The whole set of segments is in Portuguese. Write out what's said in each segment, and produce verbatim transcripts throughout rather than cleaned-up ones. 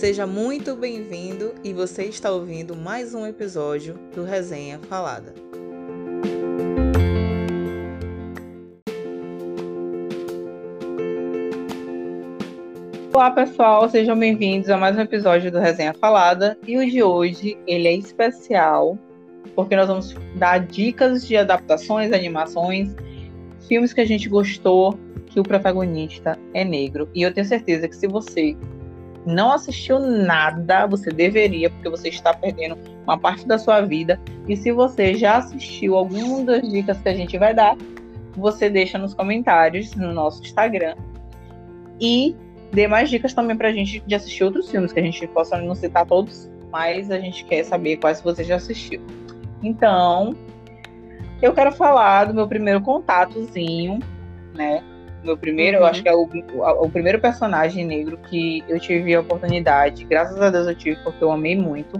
Seja muito bem-vindo e você está ouvindo mais um episódio do Resenha Falada. Olá pessoal, sejam bem-vindos a mais um episódio do Resenha Falada. E o de hoje, ele é especial, porque nós vamos dar dicas de adaptações, animações, filmes que a gente gostou, que o protagonista é negro. E eu tenho certeza que se você não assistiu nada, você deveria, porque você está perdendo uma parte da sua vida. E se você já assistiu alguma das dicas que a gente vai dar, você deixa nos comentários no nosso Instagram. E dê mais dicas também pra gente de assistir outros filmes, que a gente possa não citar todos, mas a gente quer saber quais você já assistiu. Então, eu quero falar do meu primeiro contatozinho, né? Meu primeiro, uhum. eu acho que é o, o, o primeiro personagem negro que eu tive a oportunidade, graças a Deus eu tive, porque eu amei muito,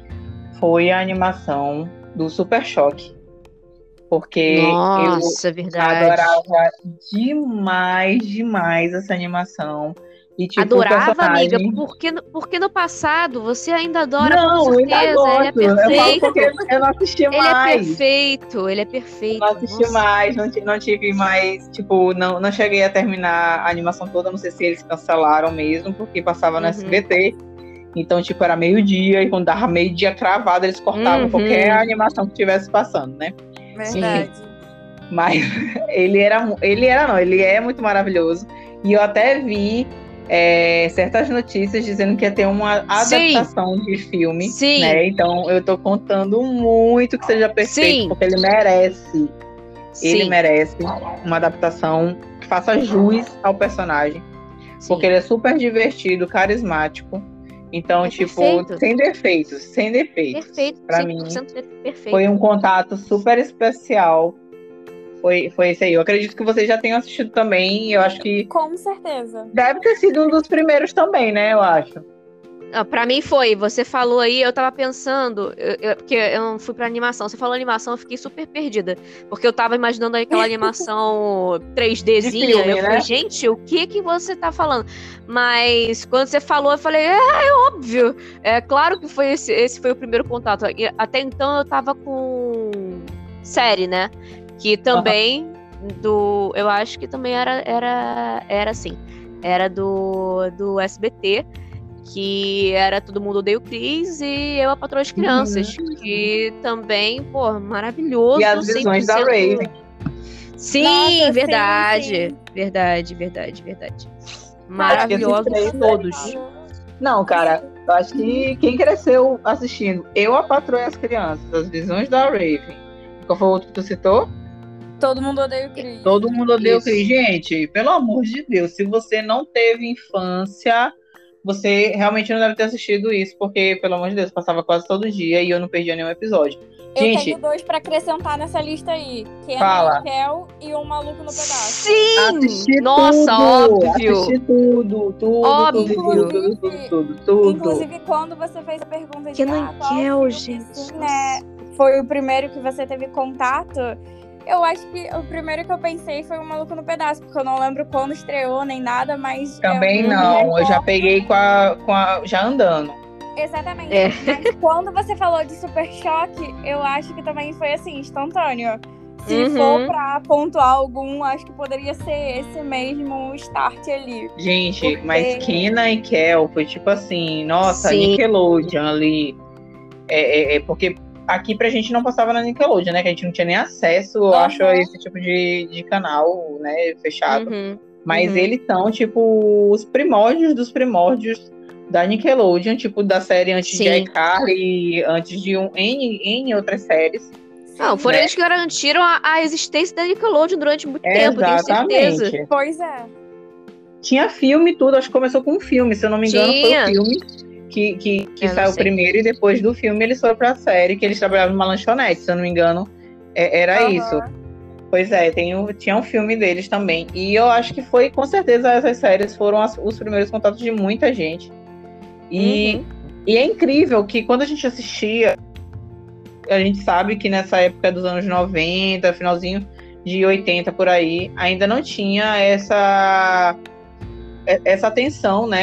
foi a animação do Super Choque. Porque Nossa, eu verdade. adorava demais, demais essa animação. E, tipo, Adorava, personagem... amiga, porque, porque no passado você ainda adora, não, com certeza. Eu ainda gosto. Ele é perfeito. Eu falo porque eu não assisti ele mais. Ele é perfeito, ele é perfeito. Eu não assisti Nossa. mais, não, não tive mais, tipo, não, não cheguei a terminar a animação toda, não sei se eles cancelaram mesmo, porque passava no uhum. S B T. Então, tipo, era meio-dia, e quando dava meio-dia cravado, eles cortavam uhum. qualquer animação que estivesse passando, né? Verdade. Enfim, mas ele era, ele era não, ele é muito maravilhoso. E eu até vi é, certas notícias dizendo que ia ter uma adaptação Sim. de filme, Sim. né? Então eu tô contando muito que seja perfeito, Sim. porque ele merece. Sim. Ele merece uma adaptação que faça jus ao personagem. Sim. Porque ele é super divertido, carismático. Então, é tipo, perfeito. sem defeitos, sem defeitos. Perfeito, pra mim, perfeito. foi um contato super especial. Foi, foi esse aí. Eu acredito que vocês já tenham assistido também. Eu acho que... Com certeza. Deve ter sido um dos primeiros também, né? Eu acho. Ah, pra mim foi. Você falou aí, eu tava pensando... Eu, eu, porque eu não fui pra animação. Você falou animação, eu fiquei super perdida. Porque eu tava imaginando aí aquela animação três Dzinha. Filme, eu né? falei, gente, o que que você tá falando? Mas quando você falou, eu falei, ah, é óbvio. É claro que foi esse, esse foi o primeiro contato. E até então eu tava com série, né? Que também uhum. do... Eu acho que também era, era, era assim. Era do, do S B T, que era Todo Mundo Odeia o Chris e Eu, a Patroa das Crianças. Uhum. Que também, pô, maravilhoso. E as visões da Raven. Sim, Nossa, verdade, sim, sim. Verdade, verdade, verdade. Maravilhosos todos. Não, cara, eu acho que quem cresceu assistindo Eu, a Patroa e as Crianças, As Visões da Raven. Qual foi o outro que tu citou? Todo Mundo Odeia o Chris. Todo Mundo Odeia o Chris. Gente, pelo amor de Deus, se você não teve infância, você realmente não deve ter assistido isso, porque, pelo amor de Deus, passava quase todo dia e eu não perdia nenhum episódio. Eu Gente, tenho dois pra acrescentar nessa lista aí. Que fala. é Kel e O Maluco no Pedaço. Sim! Assisti Nossa, tudo, óbvio! Assisti tudo, tudo, óbvio. tudo, tudo, tudo, tudo, tudo. Inclusive, quando você fez a pergunta de... Que não ah, Kel, gente. Assim, né, foi o primeiro que você teve contato... Eu acho que o primeiro que eu pensei foi O Maluco no Pedaço, porque eu não lembro quando estreou nem nada, mas... Também eu não, recordo... eu já peguei com a, com a... já andando. Exatamente, é. Mas quando você falou de Super Choque, eu acho que também foi assim, instantâneo. Se uhum. for pra pontuar algum, acho que poderia ser esse mesmo start ali. Gente, porque... mas Kenan e Kel foi tipo assim, nossa, Sim. Nickelodeon ali. É, é, é porque... Aqui pra gente não passava na Nickelodeon, né? Que a gente não tinha nem acesso, eu uhum. acho, a esse tipo de, de canal, né? Fechado. Uhum. Mas uhum. eles são, tipo, os primórdios dos primórdios da Nickelodeon, tipo, da série antes Sim. de iCarly, antes de um, N, N outras séries. Não, foram né? eles que garantiram a, a existência da Nickelodeon durante muito Exatamente. tempo, tenho certeza. Pois é. Tinha filme e tudo, acho que começou com um filme, se eu não me engano, Tinha. foi o filme. Que, que, que saiu sei. primeiro e depois do filme eles foram pra série, que eles trabalhavam numa lanchonete, se eu não me engano, é, era uhum. isso. Pois é, tem um, tinha um filme deles também. E eu acho que foi, com certeza, essas séries foram as, os primeiros contatos de muita gente. E, uhum. e é incrível que quando a gente assistia, a gente sabe que nessa época dos anos noventa, finalzinho de oitenta por aí, ainda não tinha essa, essa atenção, né?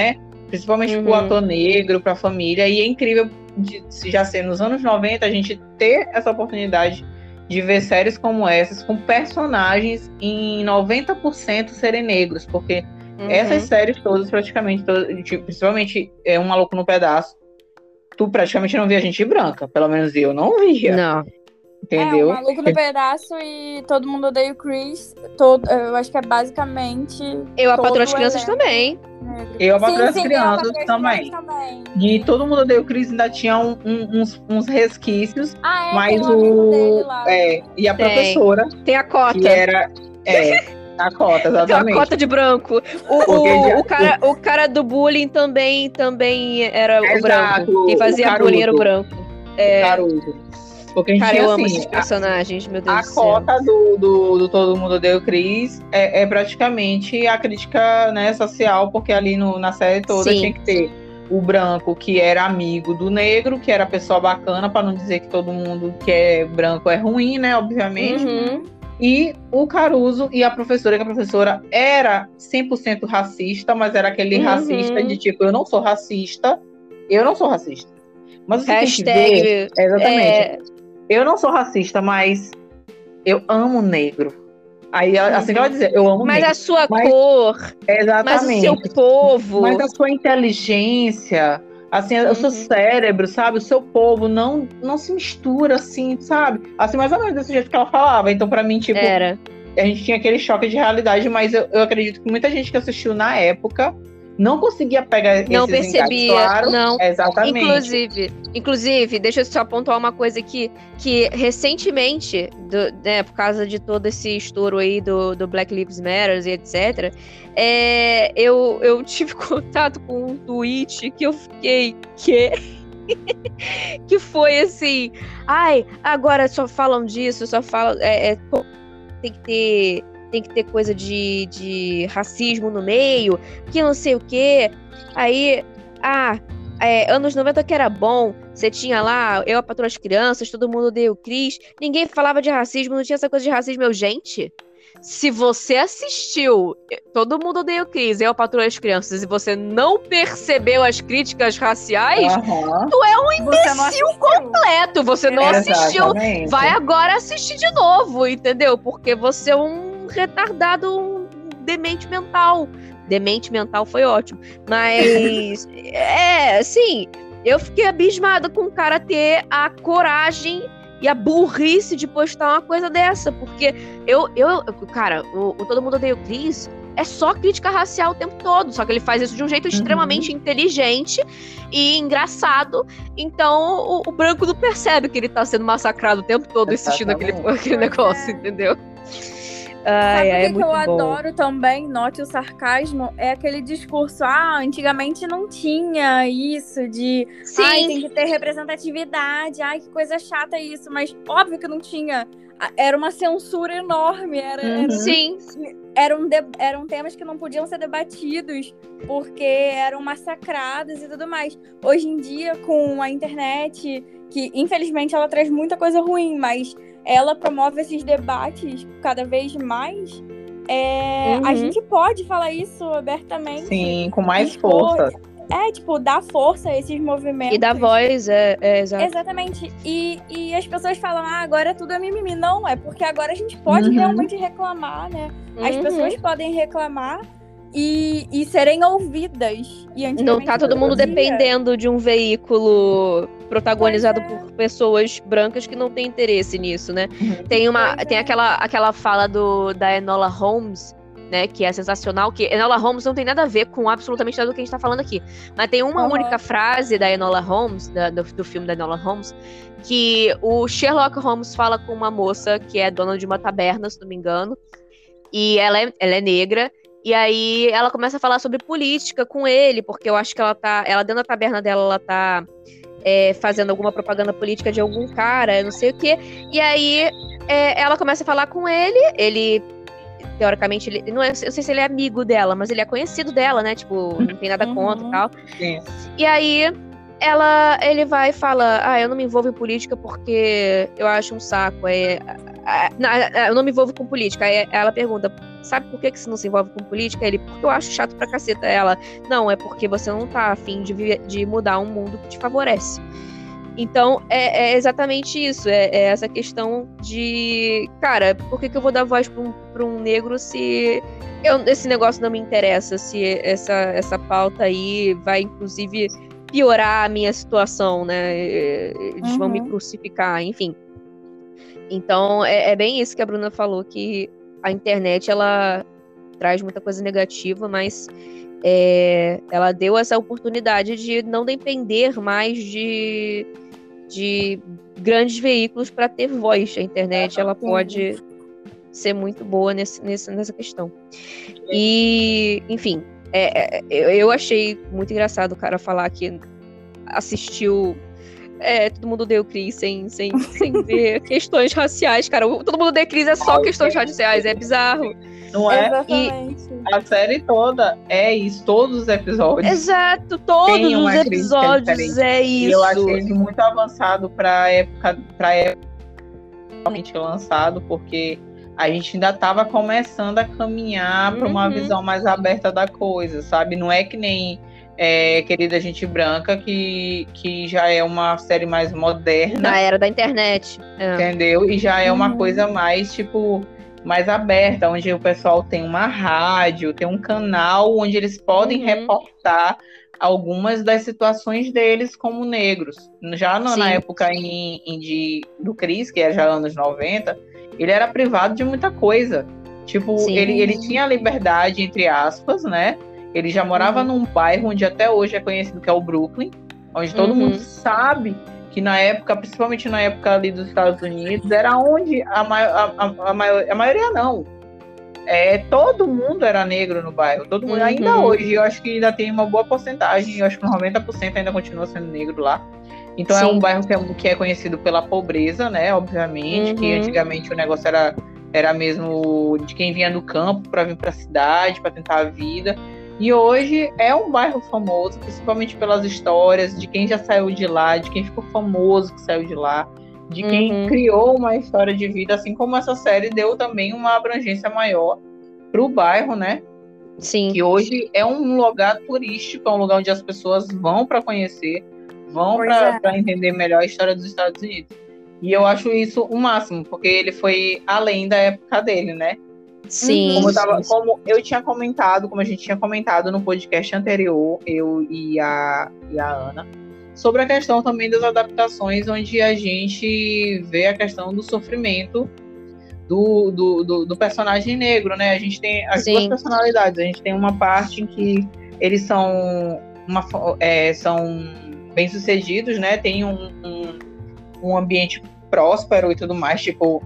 principalmente Uhum. pro ator negro, pra família, e é incrível de, já ser nos anos noventa, a gente ter essa oportunidade de ver séries como essas, com personagens em noventa por cento serem negros, porque Uhum. essas séries todas, praticamente, todas, tipo, principalmente é, Um Maluco no Pedaço, tu praticamente não via gente branca, pelo menos eu não via. Não. Entendeu? É, o Maluco no Pedaço e Todo Mundo Odeia o Chris. Todo, eu acho que é basicamente. Eu, a todo Patroa das o Crianças elenco também. negro. Eu, a Sim, Patroa das sim, eu, a Crianças Patroa das também. Crianças também. E Todo Mundo Odeia o Chris ainda tinha um- um- uns, uns resquícios, Ah, é, mas tem um amigo dele o. lá. É, e a Tem. professora, Tem a cota. que era. É, a cota, Tem uma exatamente. cota de branco. O, Porque o, já- o, cara, o cara do bullying também, também era o Exato, branco. Quem o fazia Caruso. bullying era o branco. É, Caruso. Porque a gente cara, tinha eu amo assim. esses a- personagens, meu Deus A do céu. cota do, do, do Todo Mundo Odeia o Chris é, é praticamente a crítica, né, social, porque ali no, na série toda Sim. tinha que ter o branco que era amigo do negro, que era pessoa bacana, para não dizer que todo mundo que é branco é ruim, né, obviamente. Uhum. E o Caruso e a professora, que a professora era cem por cento racista, mas era aquele Uhum. racista de tipo, eu não sou racista, eu não sou racista. Mas você tem que ver, Hashtag. exatamente, É, eu não sou racista, mas eu amo negro. Aí, ela- assim que ela dizia, eu amo mas negro. a sua Mas- cor, mas o Exatamente. seu povo. Mas a sua inteligência, assim, o seu Uhum. cérebro, sabe? O seu povo não, não se mistura, assim, sabe? Assim, mais ou menos desse jeito que ela falava. Então, pra mim, tipo, Era. a gente tinha aquele choque de realidade, mas eu, eu acredito que muita gente que assistiu na época não conseguia pegar Não esses engates, percebia, claro. não. Exatamente. Inclusive, inclusive, deixa eu só pontuar uma coisa aqui, que recentemente, do- né, por causa de todo esse estouro aí do, do Black Lives Matter e etcétera, é, eu, eu tive contato com um tweet que eu fiquei, que que foi assim, ai, agora só falam disso, só falam, é, é, pô, tem que ter, tem que ter coisa de, de racismo no meio, que não sei o quê. Aí, ah, é, anos noventa que era bom, você tinha lá, eu, a Patroa das Crianças, todo mundo odeia o Chris, ninguém falava de racismo, não tinha essa coisa de racismo. Eu, gente, se você assistiu Todo Mundo Odeia o Chris, eu, a Patroa das Crianças, e você não percebeu as críticas raciais, Aham. tu é um Você não assistiu. completo, você não assistiu, Exatamente. vai agora assistir de novo, entendeu? Porque você é um retardado, um demente mental. Demente mental foi ótimo. Mas, é, assim, eu fiquei abismada com o cara ter a coragem e a burrice de postar uma coisa dessa. Porque eu, eu cara, o, o Todo Mundo Odeia o Chris é só crítica racial o tempo todo. Só que ele faz isso de um jeito Uhum. extremamente inteligente e engraçado. Então, o, o branco não percebe que ele tá sendo massacrado o tempo todo assistindo aquele, Exatamente. aquele Pois negócio, é. entendeu? Sabe Ai, o ai, que, é que muito eu bom. adoro também? Note o sarcasmo. É aquele discurso, ah, antigamente não tinha isso de Sim. ai, tem que ter representatividade, ai, que coisa chata isso. Mas óbvio que não tinha. Era uma censura enorme, era, Uhum. era- Sim. eram, de- eram temas que não podiam ser debatidos porque eram massacrados e tudo mais. Hoje em dia, com a internet, que infelizmente ela traz muita coisa ruim, mas ela promove esses debates cada vez mais. É, Uhum. A gente pode falar isso abertamente. Sim, com mais Expor- força. É, tipo, dar força a esses movimentos. E da voz, é, é exato. Exatamente. E, e as pessoas falam, ah, agora tudo é mimimi. Não, é porque agora a gente pode Uhum. realmente reclamar, né? As Uhum. pessoas podem reclamar e, e serem ouvidas. E Não antigamente tá todo mundo podia. dependendo de um veículo protagonizado Pois é. por pessoas brancas que não têm interesse nisso, né? Tem uma, Pois tem é. aquela, aquela fala do, da Enola Holmes, né, que é sensacional, que Enola Holmes não tem nada a ver com absolutamente nada do que a gente tá falando aqui. Mas tem uma Aham. única frase da Enola Holmes, da- do, do filme da Enola Holmes, que o Sherlock Holmes fala com uma moça que é dona de uma taberna, se não me engano, e ela é, ela é negra, e aí ela começa a falar sobre política com ele, porque eu acho que ela tá, ela dentro da taberna dela, ela tá é, fazendo alguma propaganda política de algum cara, eu não sei o quê, e aí é, ela começa a falar com ele, ele teoricamente, ele, não é, eu não sei se ele é amigo dela, mas ele é conhecido dela, né? Tipo, não tem nada Uhum. contra e tal. Sim. E aí, ela, ele vai e fala, ah, eu não me envolvo em política porque eu acho um saco. Aí, ah, não, eu não me envolvo com política. Aí ela pergunta, sabe por que, que você não se envolve com política? Ele, porque eu acho chato pra caceta. Ela, não, é porque você não tá afim de, viver, de mudar um mundo que te favorece. Então, é, é exatamente isso. É, é essa questão de, cara, por que, que eu vou dar voz pra um, pra um negro se eu, esse negócio não me interessa? Se essa, essa pauta aí vai, inclusive, piorar a minha situação, né? Eles uhum. vão me crucificar, enfim. Então, é, é bem isso que a Bruna falou, que a internet, ela traz muita coisa negativa, mas é, ela deu essa oportunidade de não depender mais de, de grandes veículos para ter voz. A internet, ela pode ser muito boa nesse, nesse, nessa questão. E, enfim, é, é, eu achei muito engraçado o cara falar que assistiu... É, todo mundo odeia o Chris sem, sem, sem ver questões raciais, cara. Todo mundo odeia o Chris é só questões raciais, é bizarro. Não é? Exatamente. E a série toda é isso, todos os episódios. Exato, todos os episódios é isso. E eu achei ele muito avançado pra época, pra época realmente lançado, porque a gente ainda tava começando a caminhar uhum. pra uma visão mais aberta da coisa, sabe? Não é que nem... É, Querida Gente Branca, que, que já é uma série mais moderna. Na era da internet. É. Entendeu? E já é uma uhum. coisa mais, tipo, mais aberta, onde o pessoal tem uma rádio, tem um canal onde eles podem uhum. reportar algumas das situações deles como negros. Já no, na época em, em de, do Chris, que é já anos noventa, ele era privado de muita coisa. Tipo, ele, ele tinha liberdade, entre aspas, né? Ele já morava uhum. num bairro onde até hoje é conhecido, que é o Brooklyn, onde todo uhum. mundo sabe que na época, principalmente na época ali dos Estados Unidos, era onde a, ma- a, a, a, maior, a maioria não. É, todo mundo era negro no bairro. Todo mundo, uhum. Ainda hoje, eu acho que ainda tem uma boa porcentagem, eu acho que noventa por cento ainda continua sendo negro lá. Então Sim. é um bairro que é, que é conhecido pela pobreza, né? Obviamente, uhum. que antigamente o negócio era, era mesmo de quem vinha do campo para vir para a cidade, para tentar a vida. E hoje é um bairro famoso, principalmente pelas histórias de quem já saiu de lá, de quem ficou famoso que saiu de lá, de quem uhum. criou uma história de vida, assim como essa série deu também uma abrangência maior para o bairro, né? Sim. Que hoje é um lugar turístico, é um lugar onde as pessoas vão para conhecer, vão para é. entender melhor a história dos Estados Unidos. E eu acho isso o máximo, porque ele foi além da época dele, né? Sim. Como eu, tava, como eu tinha comentado, como a gente tinha comentado no podcast anterior, eu e a, e a Ana, sobre a questão também das adaptações, onde a gente vê a questão do sofrimento do, do, do, do personagem negro, né? A gente tem as Sim. duas personalidades. A gente tem uma parte em que eles são, uma, é, são bem-sucedidos, né? Tem um, um, um ambiente próspero e tudo mais, tipo...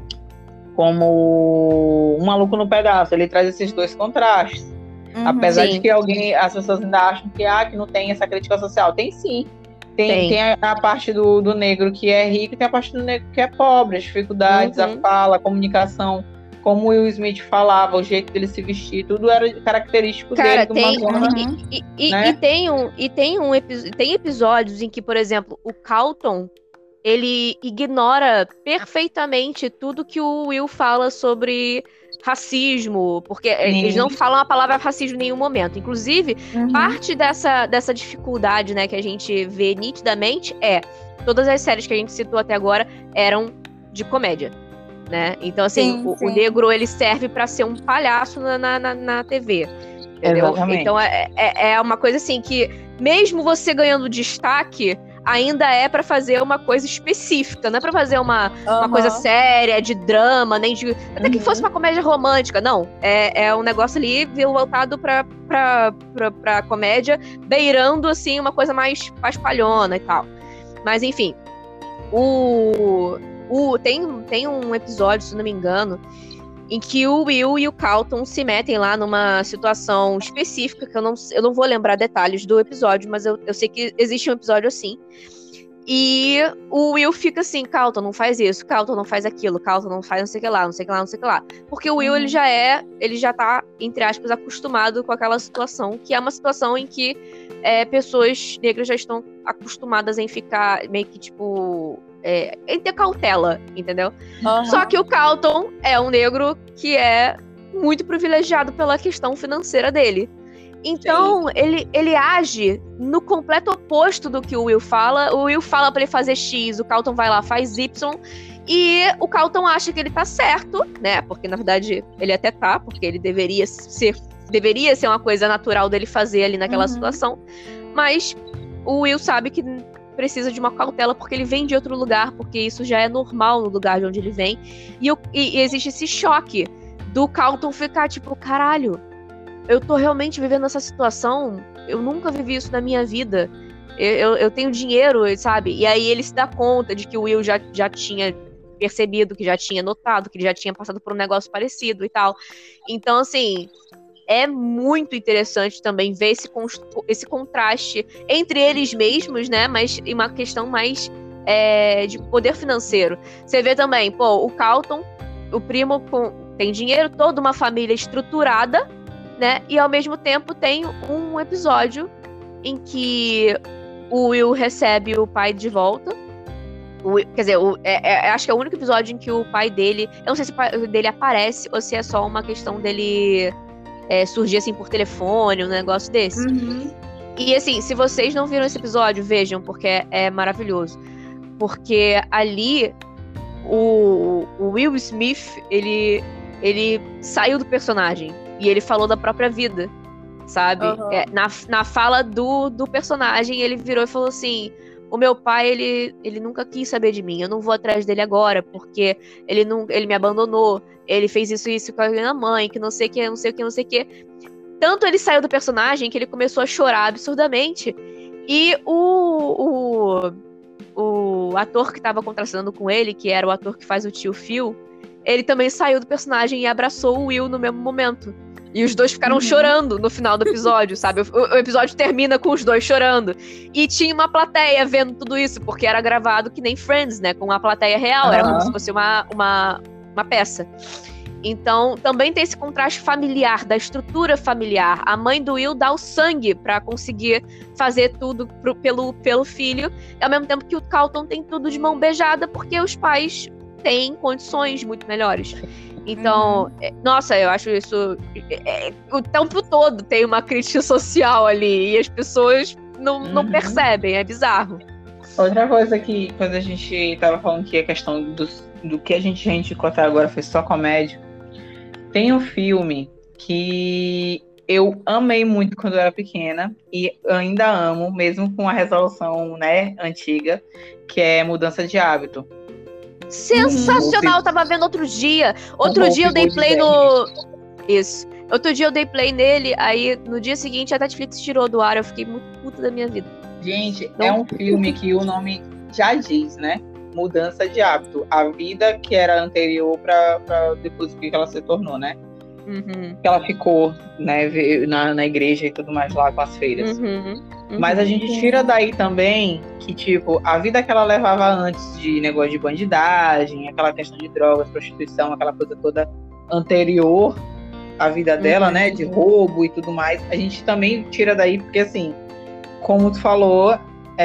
como Um Maluco no Pedaço, ele traz esses dois contrastes. Uhum, Apesar sim. de que alguém, as pessoas ainda acham que, ah, que não tem essa crítica social. Tem sim. Tem, tem. tem a, a parte do, do negro que é rico e tem a parte do negro que é pobre. As dificuldades, uhum. a fala, a comunicação, como o Will Smith falava, o jeito dele se vestir, tudo era característico Cara, dele. Tem, zona, e, e, né? e, tem um, e tem, um, tem episódios em que, por exemplo, o Carlton, ele ignora perfeitamente tudo que o Will fala sobre racismo, porque Sim. eles não falam a palavra racismo em nenhum momento. Inclusive, uhum. parte dessa, dessa dificuldade, né, que a gente vê nitidamente é todas as séries que a gente citou até agora eram de comédia, né? Então, assim, sim, o, sim. o negro, ele serve para ser um palhaço na, na, na T V, entendeu? Exatamente. Então, é, é, é uma coisa assim que, mesmo você ganhando destaque, ainda é pra fazer uma coisa específica, não é pra fazer uma, uhum. uma coisa séria, de drama, nem de... Até uhum. que fosse uma comédia romântica, não. É, é um negócio ali voltado pra, pra, pra, pra comédia, beirando, assim, uma coisa mais paspalhona e tal. Mas, enfim, o... o tem, tem um episódio, se não me engano, em que o Will e o Carlton se metem lá numa situação específica, que eu não, eu não vou lembrar detalhes do episódio, mas eu, eu sei que existe um episódio assim. E o Will fica assim, Carlton, não faz isso, Carlton não faz aquilo, Carlton não faz não sei o que lá, não sei o que lá, não sei o que lá. Porque o Will, uhum. ele já é, ele já tá, entre aspas, acostumado com aquela situação, que é uma situação em que é, pessoas negras já estão acostumadas em ficar meio que, tipo... É, em ter cautela, entendeu? Uhum. Só que o Carlton é um negro que é muito privilegiado pela questão financeira dele. Então, ele, ele age no completo oposto do que o Will fala. O Will fala pra ele fazer X, o Carlton vai lá, faz Y. E o Carlton acha que ele tá certo, né? Porque, na verdade, ele até tá, porque ele deveria ser, deveria ser uma coisa natural dele fazer ali naquela uhum. situação. Mas o Will sabe que precisa de uma cautela porque ele vem de outro lugar, porque isso já é normal no lugar de onde ele vem. E, e, e existe esse choque do Carlton ficar tipo, caralho, eu tô realmente vivendo essa situação, eu nunca vivi isso na minha vida, eu, eu, eu tenho dinheiro, sabe? E aí ele se dá conta de que o Will já, já tinha percebido, que já tinha notado, que ele já tinha passado por um negócio parecido e tal. Então, assim, é muito interessante também ver esse, esse contraste entre eles mesmos, né? Mas em uma questão mais é, de poder financeiro. Você vê também, pô, o Carlton, o primo com, tem dinheiro, toda uma família estruturada, né? E ao mesmo tempo tem um episódio em que o Will recebe o pai de volta. O, quer dizer, o, é, é, acho que é o único episódio em que o pai dele... Eu não sei se o pai dele aparece ou se é só uma questão dele é, surgir assim por telefone, um negócio desse. Uhum. E assim, se vocês não viram esse episódio, vejam, porque é, é maravilhoso. Porque ali o, o Will Smith, ele, ele saiu do personagem. E ele falou da própria vida, sabe? Uhum. É, na, na fala do, do personagem, ele virou e falou assim... O meu pai, ele, ele nunca quis saber de mim. Eu não vou atrás dele agora, porque ele, não, ele me abandonou. Ele fez isso e isso com a minha mãe, que não sei o que, não sei o que, não sei o que. Tanto ele saiu do personagem que ele começou a chorar absurdamente. E o, o, o ator que estava contracenando com ele, que era o ator que faz o tio Phil, ele também saiu do personagem e abraçou o Will no mesmo momento. E os dois ficaram uhum. chorando no final do episódio, sabe? O, o episódio termina com os dois chorando. E tinha uma plateia vendo tudo isso, porque era gravado que nem Friends, né? Com uma plateia real, uhum. era como se fosse uma, uma, uma peça. Então, também tem esse contraste familiar, da estrutura familiar. A mãe do Will dá o sangue pra conseguir fazer tudo pro, pelo, pelo filho, ao mesmo tempo que o Carlton tem tudo de mão beijada, porque os pais têm condições muito melhores. Então, uhum. nossa, eu acho isso... É, o tempo todo tem uma crítica social ali, e as pessoas não, uhum. não percebem, é bizarro. Outra coisa que, quando a gente tava falando que a questão do, do que a gente, a gente até agora foi só comédia, tem um filme que eu amei muito quando eu era pequena, e ainda amo, mesmo com a resolução, né, antiga, que é Mudança de Hábito. Sensacional, eu tava vendo outro dia. Outro dia eu dei play no... Isso. Outro dia eu dei play nele, aí no dia seguinte a Netflix tirou do ar, eu fiquei muito puta da minha vida. Gente, Não. é um filme que o nome já diz, né? Mudança de hábito. A vida que era anterior pra, pra depois do que ela se tornou, né? Uhum. Que ela ficou, né, na, na igreja e tudo mais lá com as feiras. Uhum. Uhum. Mas a gente tira daí também que, tipo, a vida que ela levava antes de negócio de bandidagem, aquela questão de drogas, prostituição, aquela coisa toda anterior à vida dela, uhum. né, de roubo e tudo mais, a gente também tira daí porque, assim, como tu falou,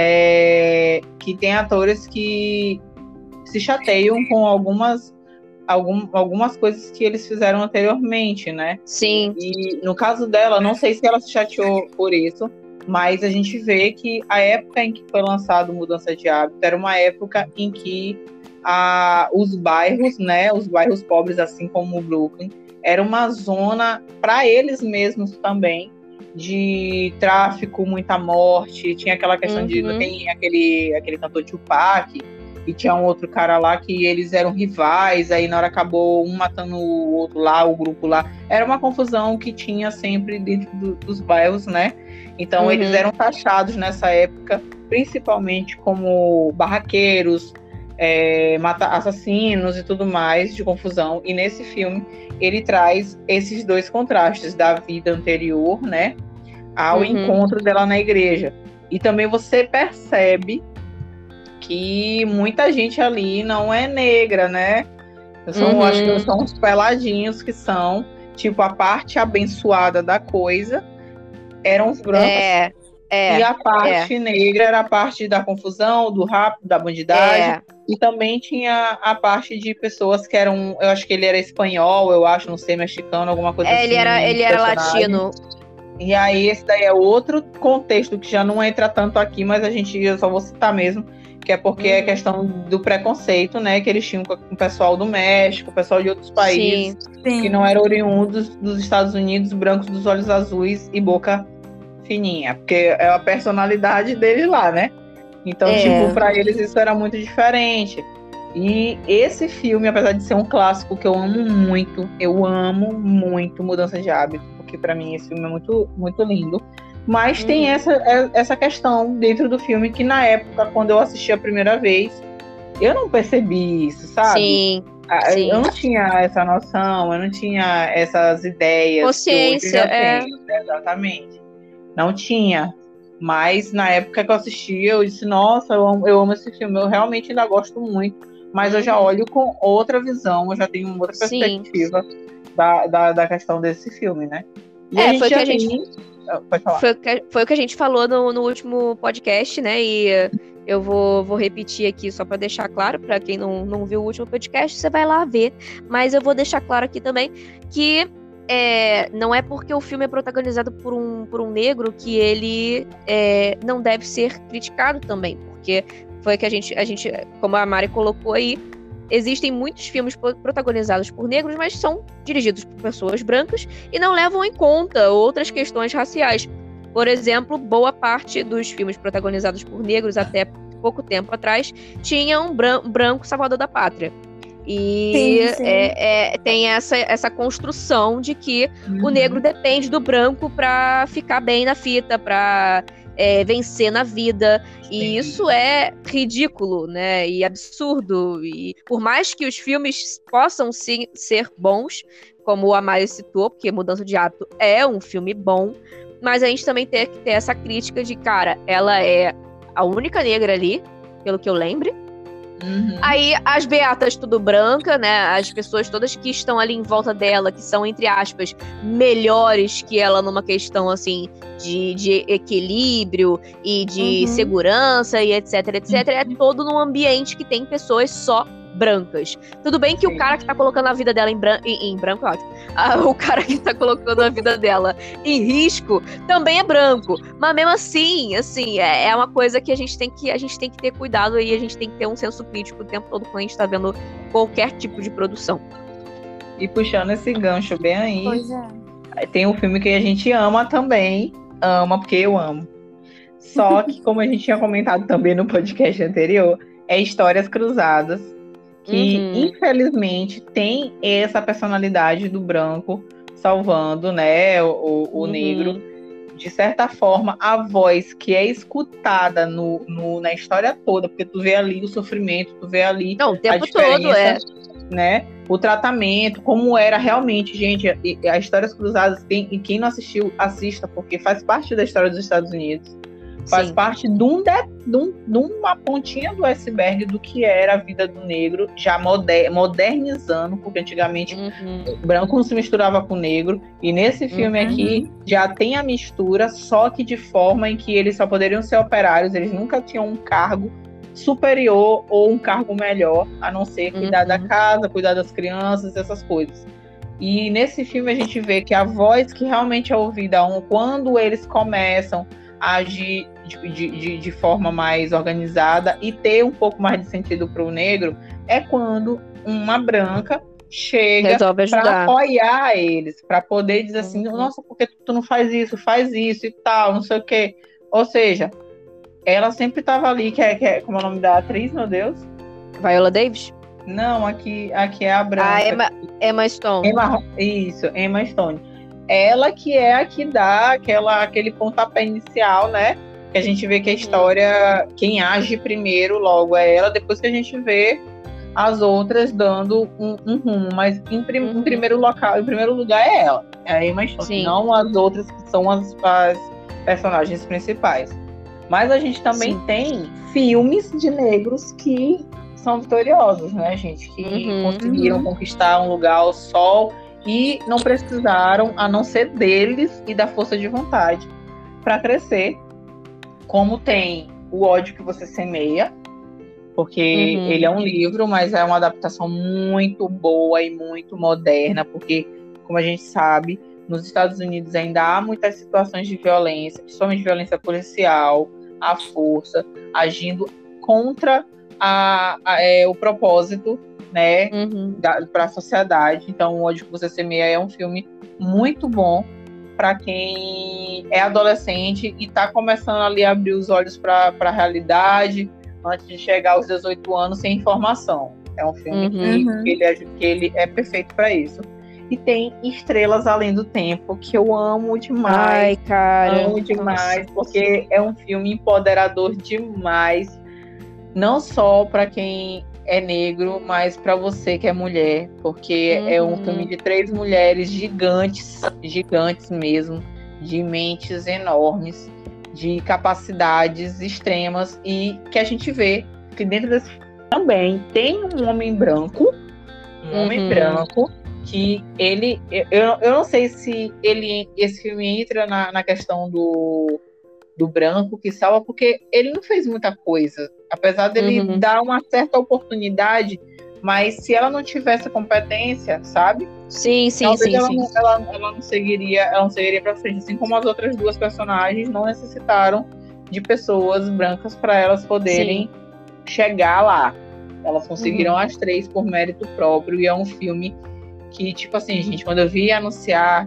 é, que tem atores que se chateiam com algumas Algum, algumas coisas que eles fizeram anteriormente, né? Sim. E no caso dela, não sei se ela se chateou por isso, mas a gente vê que a época em que foi lançado Mudança de Hábito era uma época em que a, os bairros, né, os bairros pobres, assim como o Brooklyn, era uma zona para eles mesmos também, de tráfico, muita morte, tinha aquela questão uhum. de... Tem aquele, aquele cantor Tupac, e tinha um outro cara lá que eles eram rivais, aí na hora acabou um matando o outro lá, o grupo lá. Era uma confusão que tinha sempre dentro do, dos bairros, né? Então uhum. eles eram taxados nessa época, principalmente como barraqueiros, é, mata- assassinos e tudo mais, de confusão. E nesse filme ele traz esses dois contrastes da vida anterior, né? Ao uhum. encontro dela na igreja. E também você percebe que muita gente ali não é negra, né? Eu sou, uhum. acho que são uns peladinhos que são, tipo, a parte abençoada da coisa eram os brancos. É. É, e a parte é. negra era a parte da confusão, do rápido, da bandidagem. É. E também tinha a parte de pessoas que eram. Eu acho que ele era espanhol, eu acho, não sei, mexicano, alguma coisa É, assim. ele era, ele era personagem. latino. E aí, esse daí é outro contexto que já não entra tanto aqui, mas a gente, eu só vou citar mesmo, que é porque Uhum. é questão do preconceito, né, que eles tinham com o pessoal do México, o pessoal de outros países, Sim. que não eram oriundos dos Estados Unidos, brancos dos olhos azuis e boca fininha, porque é a personalidade deles lá, né? Então, É. tipo, pra eles isso era muito diferente. E esse filme, apesar de ser um clássico que eu amo muito, eu amo muito Mudança de Hábito, porque pra mim esse filme é muito, muito lindo. Mas Uhum. tem essa, essa questão dentro do filme que na época, quando eu assisti a primeira vez, eu não percebi isso, sabe? Sim, Ah, sim. Eu não tinha essa noção, eu não tinha essas ideias. Consciência, que hoje eu já é. tenho, né? Exatamente. Não tinha. Mas na época que eu assisti, eu disse, nossa, eu amo, eu amo esse filme, eu realmente ainda gosto muito. Mas eu já Uhum. olho com outra visão, eu já tenho outra Sim. perspectiva da, da, da questão desse filme, né? E É, a gente foi já que a gente- tem... Ah, Pode falar. Foi, o que- foi o que a gente falou no, no último podcast, né? E eu vou, vou repetir aqui só para deixar claro, para quem não, não viu o último podcast, você vai lá ver. Mas eu vou deixar claro aqui também que é, não é porque o filme é protagonizado por um, por um negro que ele é, não deve ser criticado também. Porque foi que a gente, a gente, como a Mari colocou aí, existem muitos filmes protagonizados por negros, mas são dirigidos por pessoas brancas e não levam em conta outras questões raciais. Por exemplo, boa parte dos filmes protagonizados por negros até pouco tempo atrás tinha um bran- branco salvador da pátria. E Sim, sim. é, é, tem essa, essa construção de que Uhum. o negro depende do branco para ficar bem na fita, para é, vencer na vida. E Sim. isso é ridículo, né? E absurdo. E por mais que os filmes possam sim ser bons, como a Mari citou, porque Mudança de Hábito é um filme bom, mas a gente também tem que ter essa crítica de, cara, ela é a única negra ali, pelo que eu lembre. Uhum. Aí as beatas tudo branca, né? As pessoas todas que estão ali em volta dela, que são, entre aspas, melhores que ela numa questão, assim, de, de equilíbrio e de Uhum. segurança e etc, etc. É todo num ambiente que tem pessoas só brancas. Tudo bem que Sim. o cara que tá colocando a vida dela em, bran em, em branco, é ótimo. Ah, o cara que tá colocando a vida dela em risco também é branco. Mas mesmo assim, assim, é, é uma coisa que a gente tem que a gente tem que ter cuidado e a gente tem que ter um senso crítico o tempo todo quando a gente tá vendo qualquer tipo de produção. E puxando esse gancho bem aí, Pois é. tem um filme que a gente ama também, ama porque eu amo. Só que, como a gente tinha comentado também no podcast anterior, é Histórias Cruzadas, que Uhum. infelizmente tem essa personalidade do branco salvando, né, o, o Uhum. negro. De certa forma, a voz que é escutada no, no, na história toda, porque tu vê ali o sofrimento, tu vê ali Não, o a tempo diferença, todo, é. né? O tratamento, como era realmente, gente, a Histórias Cruzadas, quem, e quem não assistiu, assista, porque faz parte da história dos Estados Unidos. Faz Sim. parte de, um de, de, um, de uma pontinha do iceberg do que era a vida do negro, já moder, modernizando, porque antigamente Uhum. o branco não se misturava com o negro, e nesse filme Uhum. aqui já tem a mistura, só que de forma em que eles só poderiam ser operários, eles nunca tinham um cargo superior ou um cargo melhor, a não ser cuidar Uhum. da casa, cuidar das crianças, essas coisas. E nesse filme a gente vê que a voz que realmente é ouvida quando eles começam a agir de, de, de forma mais organizada e ter um pouco mais de sentido para o negro, é quando uma branca chega Resolve para ajudar. apoiar eles, para poder dizer assim, Uhum. nossa, por que tu não faz isso? Faz isso e tal, não sei o quê. Ou seja, ela sempre estava ali, que é, que é, como é o nome da atriz, meu Deus? Viola Davis? Não, aqui, aqui é a branca. Ah, Emma, Emma Stone. Emma, isso, Emma Stone. Ela que é a que dá aquela, aquele pontapé inicial, né? Que a gente vê que a história, quem age primeiro logo é ela, depois que a gente vê as outras dando um, um rumo. Mas em, prim, Uhum. em primeiro local, em primeiro lugar é ela, é a Emma Stone, Sim. não as outras que são as, as personagens principais. Mas a gente também Sim. tem filmes de negros que são vitoriosos, né, gente? Que Uhum. conseguiram Uhum. conquistar um lugar ao sol e não precisaram, a não ser deles e da força de vontade, para crescer como tem O Ódio que Você Semeia, porque Uhum. ele é um livro, mas é uma adaptação muito boa e muito moderna, porque, como a gente sabe, nos Estados Unidos ainda há muitas situações de violência, principalmente violência policial, à força, agindo contra a, a, é, o propósito, né, Uhum. para a sociedade. Então, O Ódio que Você Semeia é um filme muito bom para quem é adolescente e está começando ali a abrir os olhos para a realidade, antes de chegar aos dezoito anos sem informação. É um filme Uhum. que, que, ele é, que ele é perfeito para isso. E tem Estrelas Além do Tempo, que eu amo demais. Ai, cara. Amo demais, Nossa. porque é um filme empoderador demais. Não só para quem é negro, mas para você que é mulher. Porque Uhum. é um filme de três mulheres gigantes, gigantes mesmo, de mentes enormes, de capacidades extremas, e que a gente vê que dentro desse filme também tem um homem branco, um Uhum. homem branco, que ele, eu, eu não sei se ele, esse filme entra na, na questão do, do branco que salva, porque ele não fez muita coisa, apesar dele Uhum. dar uma certa oportunidade, mas se ela não tivesse competência, sabe? Sim, sim, Talvez sim, ela, sim. Não, ela, ela não seguiria, ela não seguiria pra frente, assim como as outras duas personagens não necessitaram de pessoas brancas para elas poderem Sim. chegar lá. Elas conseguiram Uhum. as três por mérito próprio, e é um filme que, tipo assim, gente, quando eu vi anunciar,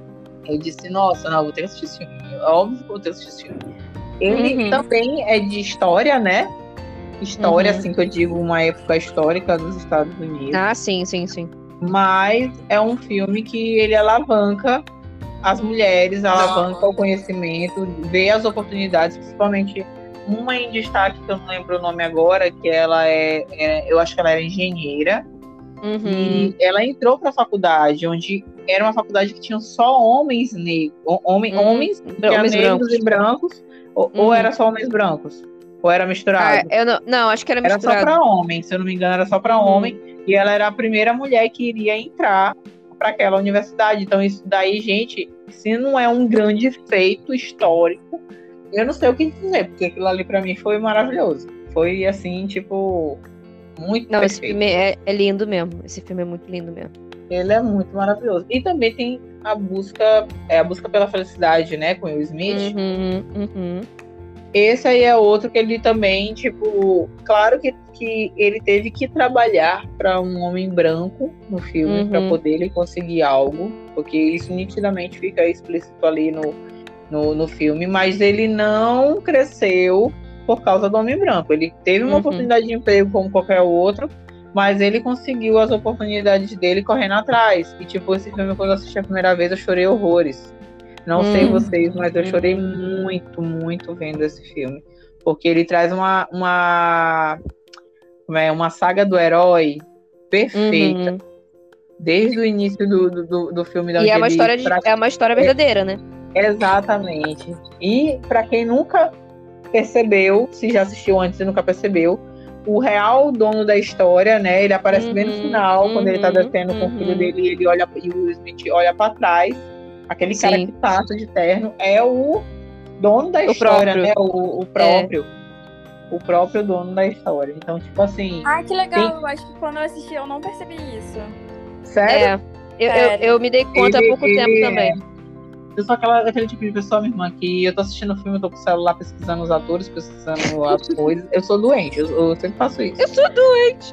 eu disse, nossa, não, vou ter que assistir esse filme. É óbvio que eu vou ter que assistir esse filme. Ele Uhum. também é de história, né? História, Uhum. assim, que eu digo, uma época histórica dos Estados Unidos. Ah, sim, sim, sim. Mas é um filme que ele alavanca as mulheres, alavanca o conhecimento, vê as oportunidades, principalmente uma em destaque, que eu não lembro o nome agora, que ela é, é eu acho que ela era engenheira, Uhum. e ela entrou para a faculdade, onde era uma faculdade que tinha só homens negros, homem, Uhum. homens, tinha Homens negros brancos. e brancos, ou, Uhum. ou era só homens brancos, ou era Ah, misturado. eu não, não, acho que era Era só misturado. para homem, se eu não me engano, era só para Uhum. homem, e ela era a primeira mulher que iria entrar para aquela universidade. Então, isso daí, gente, se não é um grande feito histórico, eu não sei o que dizer, porque aquilo ali para mim foi maravilhoso. Foi assim, tipo, muito Não, esse perfeito. filme é, é lindo mesmo. Esse filme é muito lindo mesmo. Ele é muito maravilhoso. E também tem a busca, é a busca pela felicidade, né, com Will Smith. Uhum, uhum. Esse aí é outro que ele também, tipo, claro que, que ele teve que trabalhar para um homem branco no filme, Uhum. para poder ele conseguir algo, porque isso nitidamente fica explícito ali no, no, no filme, mas ele não cresceu por causa do homem branco. Ele teve uma Uhum. oportunidade de emprego como qualquer outro, mas ele conseguiu as oportunidades dele correndo atrás. E, tipo, esse filme, quando eu assisti a primeira vez, eu chorei horrores. Não sei Uhum. vocês, mas eu chorei muito, muito vendo esse filme. Porque ele traz uma, uma, como é, uma saga do herói perfeita. Uhum. Desde o início do, do, do filme. Da E é uma, ele, história de, pra... é uma história verdadeira, né? Exatamente. E para quem nunca percebeu, se já assistiu antes e nunca percebeu, o real dono da história, né? Ele aparece Uhum. bem no final, Uhum. quando ele tá descendo com o filho Uhum. dele, e ele olha, e o Will Smith olha para trás. Aquele Sim. cara que passa de terno é o dono da O história, próprio. né? O, o próprio. É. O próprio dono da história. Então, tipo assim. Ah, que legal. tem... Eu acho que quando eu assisti eu não percebi isso. Sério? É. Eu, Sério. eu, eu me dei conta Ele- há pouco ele tempo é- também. Eu sou aquela, aquele tipo de pessoa, minha irmã, que eu tô assistindo o filme, eu tô com o celular pesquisando os atores, pesquisando as coisas. Eu sou doente, eu, eu sempre faço isso. Eu sou doente.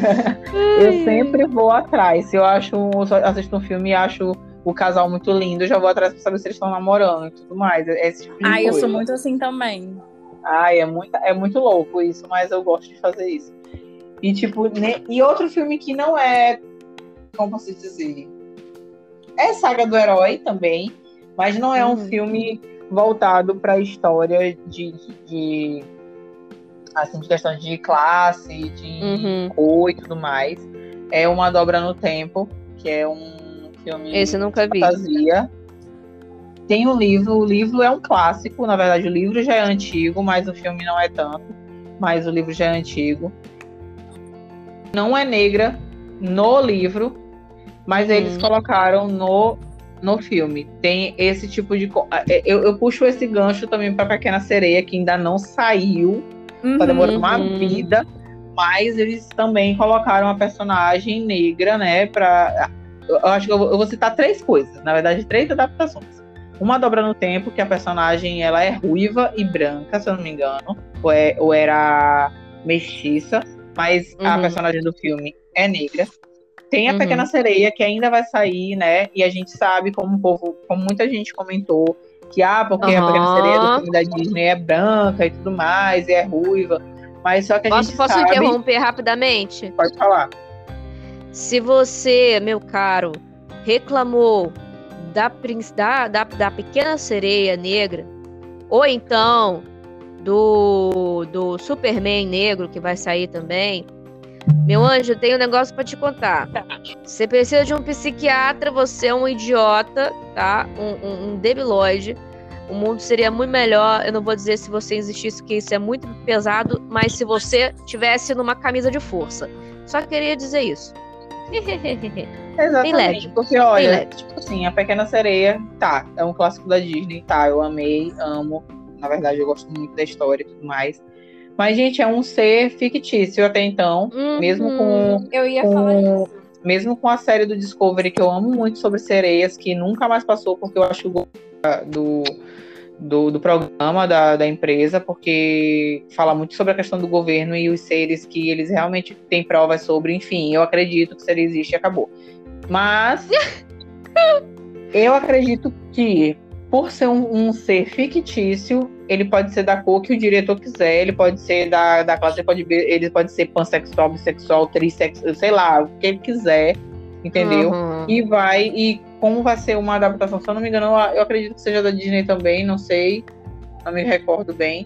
Eu sempre vou atrás. Se eu acho, se eu assisto um filme e acho o casal muito lindo, eu já vou atrás pra saber se eles estão namorando e tudo mais. É esse tipo de Ah, eu coisa. sou muito assim também. Ai, é muito, é muito louco isso, mas eu gosto de fazer isso. E tipo, ne... e outro filme que não é, como posso dizer, é Saga do Herói também, mas não é um Uhum. filme voltado para a história de, de, de assim, de questão de classe, de Uhum. cor e tudo mais. É Uma Dobra no Tempo, que é um filme Esse eu nunca de vi. fantasia. Tem um livro, o livro é um clássico, na verdade o livro já é antigo, mas o filme não é tanto, mas o livro já é antigo. Não é negra no livro, mas Uhum. eles colocaram no no filme tem esse tipo de... Eu, eu puxo esse gancho também pra Pequena Sereia, que ainda não saiu, uhum, tá demorando uma vida, mas eles também colocaram a personagem negra, né, pra... Eu acho que eu vou, eu vou citar três coisas, na verdade, três adaptações. Uma Dobra no Tempo, que a personagem ela é ruiva e branca, se eu não me engano, ou, é, ou era mestiça, mas uhum, a personagem do filme é negra. Tem a uhum. Pequena Sereia, que ainda vai sair, né? E a gente sabe, como o povo, como muita gente comentou, que ah, porque uhum. a Pequena Sereia do filme da Disney é branca e tudo mais, e é ruiva. Mas só que a posso, gente posso sabe... Posso interromper rapidamente? Pode falar. Se você, meu caro, reclamou da, da, da, da Pequena Sereia negra, ou então do, do Superman negro, que vai sair também... Meu anjo, eu tenho um negócio pra te contar. Você precisa de um psiquiatra, você é um idiota, tá? Um, um, um debilóide. O mundo seria muito melhor. Eu não vou dizer se você existisse, porque isso é muito pesado, mas se você tivesse numa camisa de força. Só queria dizer isso. Exatamente. Porque, olha, tipo assim, a Pequena Sereia, tá, é um clássico da Disney, tá? Eu amei, amo. Na verdade, eu gosto muito da história e tudo mais. Mas, gente, é um ser fictício até então, uhum. mesmo com, eu ia com falar isso. mesmo com a série do Discovery, que eu amo muito sobre sereias, que nunca mais passou, porque eu acho que do, do, do programa da, da empresa, porque fala muito sobre a questão do governo e os seres que eles realmente têm provas sobre, enfim, eu acredito que seria existe e acabou. Mas eu acredito que, por ser um, um ser fictício, ele pode ser da cor que o diretor quiser, ele pode ser da, da classe, ele pode, ele pode ser pansexual, bissexual, trissexual, sei lá, o que ele quiser, entendeu? Uhum. E vai, e como vai ser uma adaptação, se eu não me engano, eu acredito que seja da Disney também, não sei, não me recordo bem,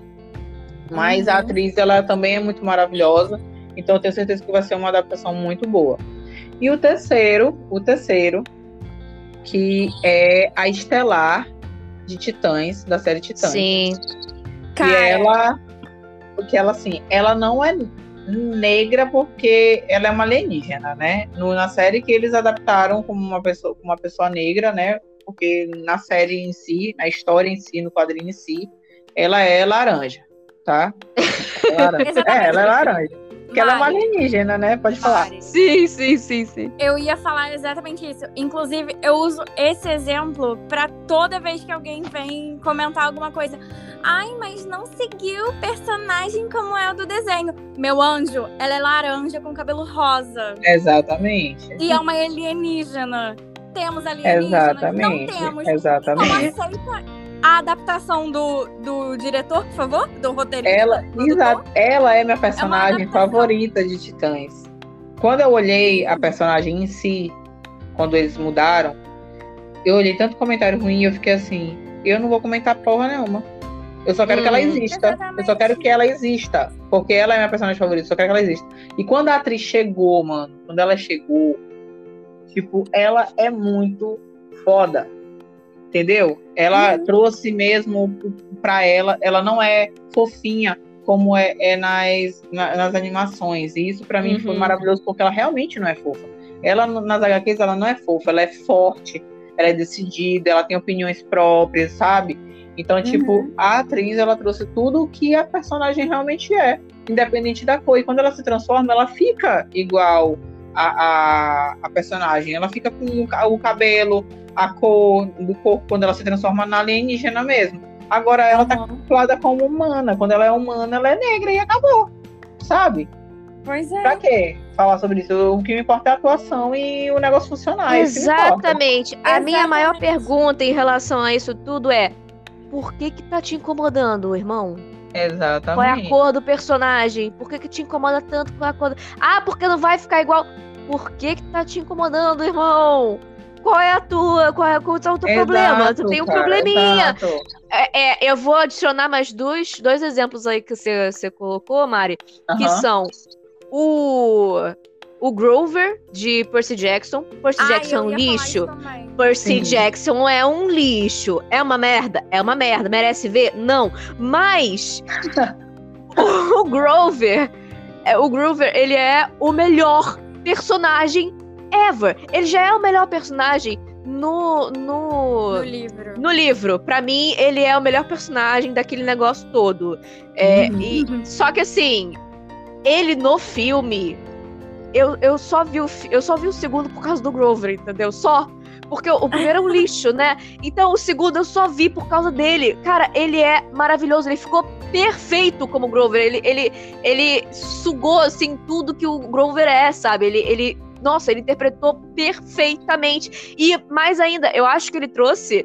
mas uhum. a atriz, ela também é muito maravilhosa, então eu tenho certeza que vai ser uma adaptação muito boa. E o terceiro, o terceiro, que é a Estelar, de Titãs, da série Titãs. Sim. Que ela, porque ela, assim, ela não é negra porque ela é uma alienígena, né? No, na série que eles adaptaram como uma pessoa, uma pessoa negra, né? Porque na série em si, na história em si, no quadrinho em si, ela é laranja, tá? É, laranja. é ela é laranja. Porque ela é uma alienígena, né? Pode falar. Mari. Sim, sim, sim, sim. Eu ia falar exatamente isso. Inclusive, eu uso esse exemplo pra toda vez que alguém vem comentar alguma coisa. Ai, mas não seguiu o personagem como é o do desenho. Meu anjo, ela é laranja com cabelo rosa. Exatamente. E é uma alienígena. Temos alienígena? Exatamente. Não temos. Exatamente. Então aceita a adaptação do, do diretor, por favor? Do roteirista? Ela, exato, ela é minha personagem é favorita de Titãs. Quando eu olhei a personagem em si, quando eles mudaram, eu olhei tanto comentário ruim e eu fiquei assim, eu não vou comentar porra nenhuma. Eu só quero hum, que ela exista. Exatamente. Eu só quero que ela exista. Porque ela é minha personagem favorita, eu só quero que ela exista. E quando a atriz chegou, mano, quando ela chegou, tipo, ela é muito foda. Entendeu? Ela uhum. trouxe mesmo pra ela, ela não é fofinha como é, é nas, na, nas animações. E isso pra mim uhum. foi maravilhoso, porque ela realmente não é fofa. Ela, nas agá quês, ela não é fofa, ela é forte, ela é decidida, ela tem opiniões próprias, sabe? Então, tipo, uhum. a atriz, ela trouxe tudo o que a personagem realmente é, independente da cor. E quando ela se transforma, ela fica igual a, a, a personagem. Ela fica com o, o cabelo, a cor do corpo, quando ela se transforma na alienígena mesmo. Agora ela uhum. tá calculada como humana. Quando ela é humana, ela é negra e acabou. Sabe? Pois é. Pra quê falar sobre isso? O que me importa é a atuação e o negócio funcionar. Exatamente. A minha maior pergunta em relação a isso tudo é: por que que tá te incomodando, irmão? Exatamente. Qual é a cor do personagem? Por que que te incomoda tanto com a cor? Ah, porque não vai ficar igual. Por que que tá te incomodando, irmão? Qual é a tua? Qual é, qual é o teu exato, problema? Tu tem um cara, probleminha. É, é, eu vou adicionar mais dois, dois exemplos aí que você, você colocou, Mari, uh-huh. que são o, o Grover, de Percy Jackson. Percy ah, Jackson é um lixo. Percy Sim. Jackson é um lixo. É uma merda? É uma merda. Merece ver? Não. Mas o Grover, o Grover, ele é o melhor personagem ever. Ele já é o melhor personagem no, no, No livro. no livro, pra mim, ele é o melhor personagem daquele negócio todo. É, Uhum. e, só que assim, ele no filme, eu, eu, só vi o, fi- eu só vi o segundo por causa do Grover, entendeu? Só. Porque o, o primeiro é um lixo, né? Então o segundo eu só vi por causa dele. Cara, ele é maravilhoso, ele ficou perfeito como Grover. Ele, ele, ele sugou, assim, tudo que o Grover é, sabe? Ele, ele, nossa, ele interpretou perfeitamente. E mais ainda, eu acho que ele trouxe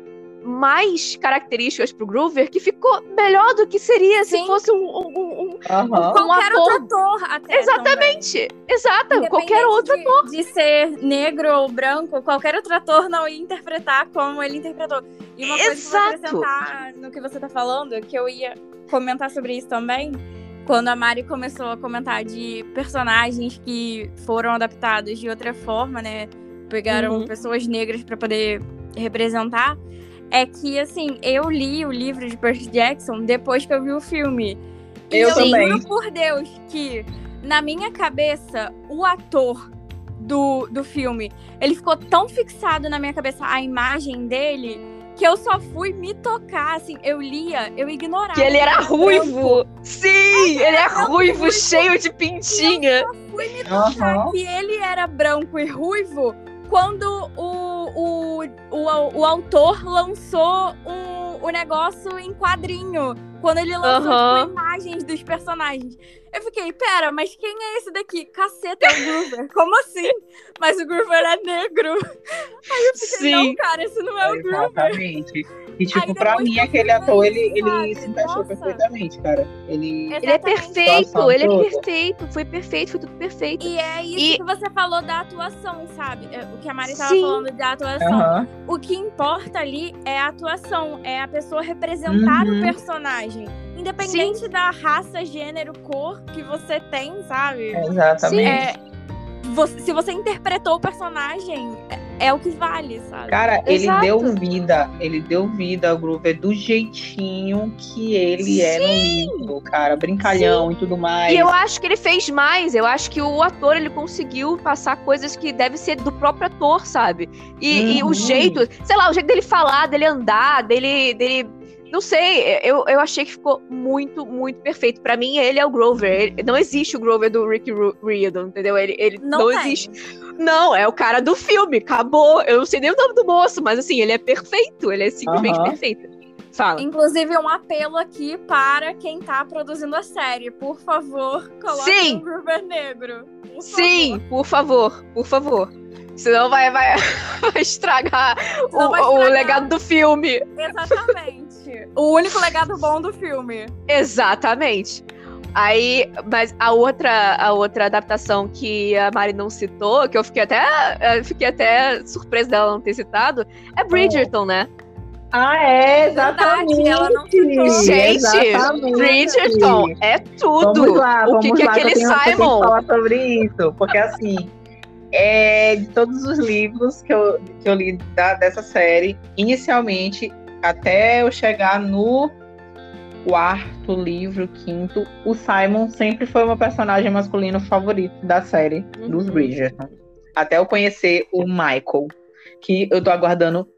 mais características pro Grover que ficou melhor do que seria Sim. se fosse um, um, um, Aham. Qualquer ator. outro ator até. Exatamente, exato, Também. qualquer outro ator. De, de ser negro ou branco, qualquer outro ator não ia interpretar como ele interpretou. E uma coisa que eu vou Exato. acrescentar no que você tá falando, que eu ia comentar sobre isso também, quando a Mari começou a comentar de personagens que foram adaptados de outra forma, né? Pegaram Uhum. pessoas negras pra poder representar. É que, assim, eu li o livro de Percy Jackson depois que eu vi o filme. E Eu eu também. juro por Deus que, na minha cabeça, o ator do, do filme, ele ficou tão fixado na minha cabeça, a imagem dele, que eu só fui me tocar, assim, eu lia, eu ignorava. Que ele era branco. ruivo. Sim, ele é ruivo, cheio de pintinha. Fui me tocar Aham. que ele era branco e ruivo quando o, o, o, o autor lançou um, o negócio em quadrinho. Quando ele lançou Aham. tipo, imagens dos personagens. Eu fiquei, pera, mas quem é esse daqui? Caceta, é o Groover. Como assim? Mas o Groover é negro. Aí eu fiquei, não, Sim. cara, esse não é o Groover. Exatamente. E, tipo, Aí pra depois mim, que eu aquele fui ator, ver, ele, ele sabe? se encaixou Nossa. perfeitamente, cara. Ele... Ele é Exatamente. perfeito, Situação ele é toda. perfeito. Foi perfeito, foi tudo perfeito. E é isso E- que você falou da atuação, sabe? É, o que a Mari tava Sim. falando da atuação. Aham. O que importa ali é a atuação, é a pessoa representar Uhum. o personagem. Independente da raça, gênero, cor que você tem, sabe? Exatamente. É, você- se você interpretou o personagem, é, é o que vale, sabe? Cara, ele Exato. deu vida, ele deu vida ao Groover do jeitinho que ele é no livro, cara, brincalhão e tudo mais. E eu acho que ele fez mais. Eu acho que o ator, ele conseguiu passar coisas que devem ser do próprio ator, sabe? E, e Uhum. o jeito, sei lá, o jeito dele falar, dele andar, dele... dele não sei, eu, eu achei que ficou muito, muito perfeito. Pra mim, ele é o Grover. Ele- não existe o Grover do Rick Ru- Riordan, entendeu? Ele, ele Não não, tem. existe. Não, é o cara do filme, acabou. Eu não sei nem o nome do moço, mas assim, ele é perfeito. Ele é simplesmente Aham. perfeito. Fala. Inclusive, um apelo aqui para quem tá produzindo a série. Por favor, coloque Sim. um Groover negro. Por Sim, por favor, por favor. Senão vai, vai, vai estragar, Senão o, vai o estragar. legado do filme. Exatamente. O único legado bom do filme. Exatamente. Aí, mas a outra, a outra adaptação que a Mari não citou, que eu fiquei até, eu fiquei até surpresa dela não ter citado, é Bridgerton, né? Ah, é, exatamente. Verdade, ela não citou. Gente, exatamente. Bridgerton é tudo. Vamos lá, o vamos que, que é lá, aquele que eu tenho, eu tenho que Simon? falar sobre isso, porque assim, é, de todos os livros que eu, que eu li da, dessa série, inicialmente, até eu chegar no quarto livro, quinto, o Simon sempre foi o meu personagem masculino favorito da série Uhum. dos Bridgerton. Até eu conhecer o Michael, que eu tô aguardando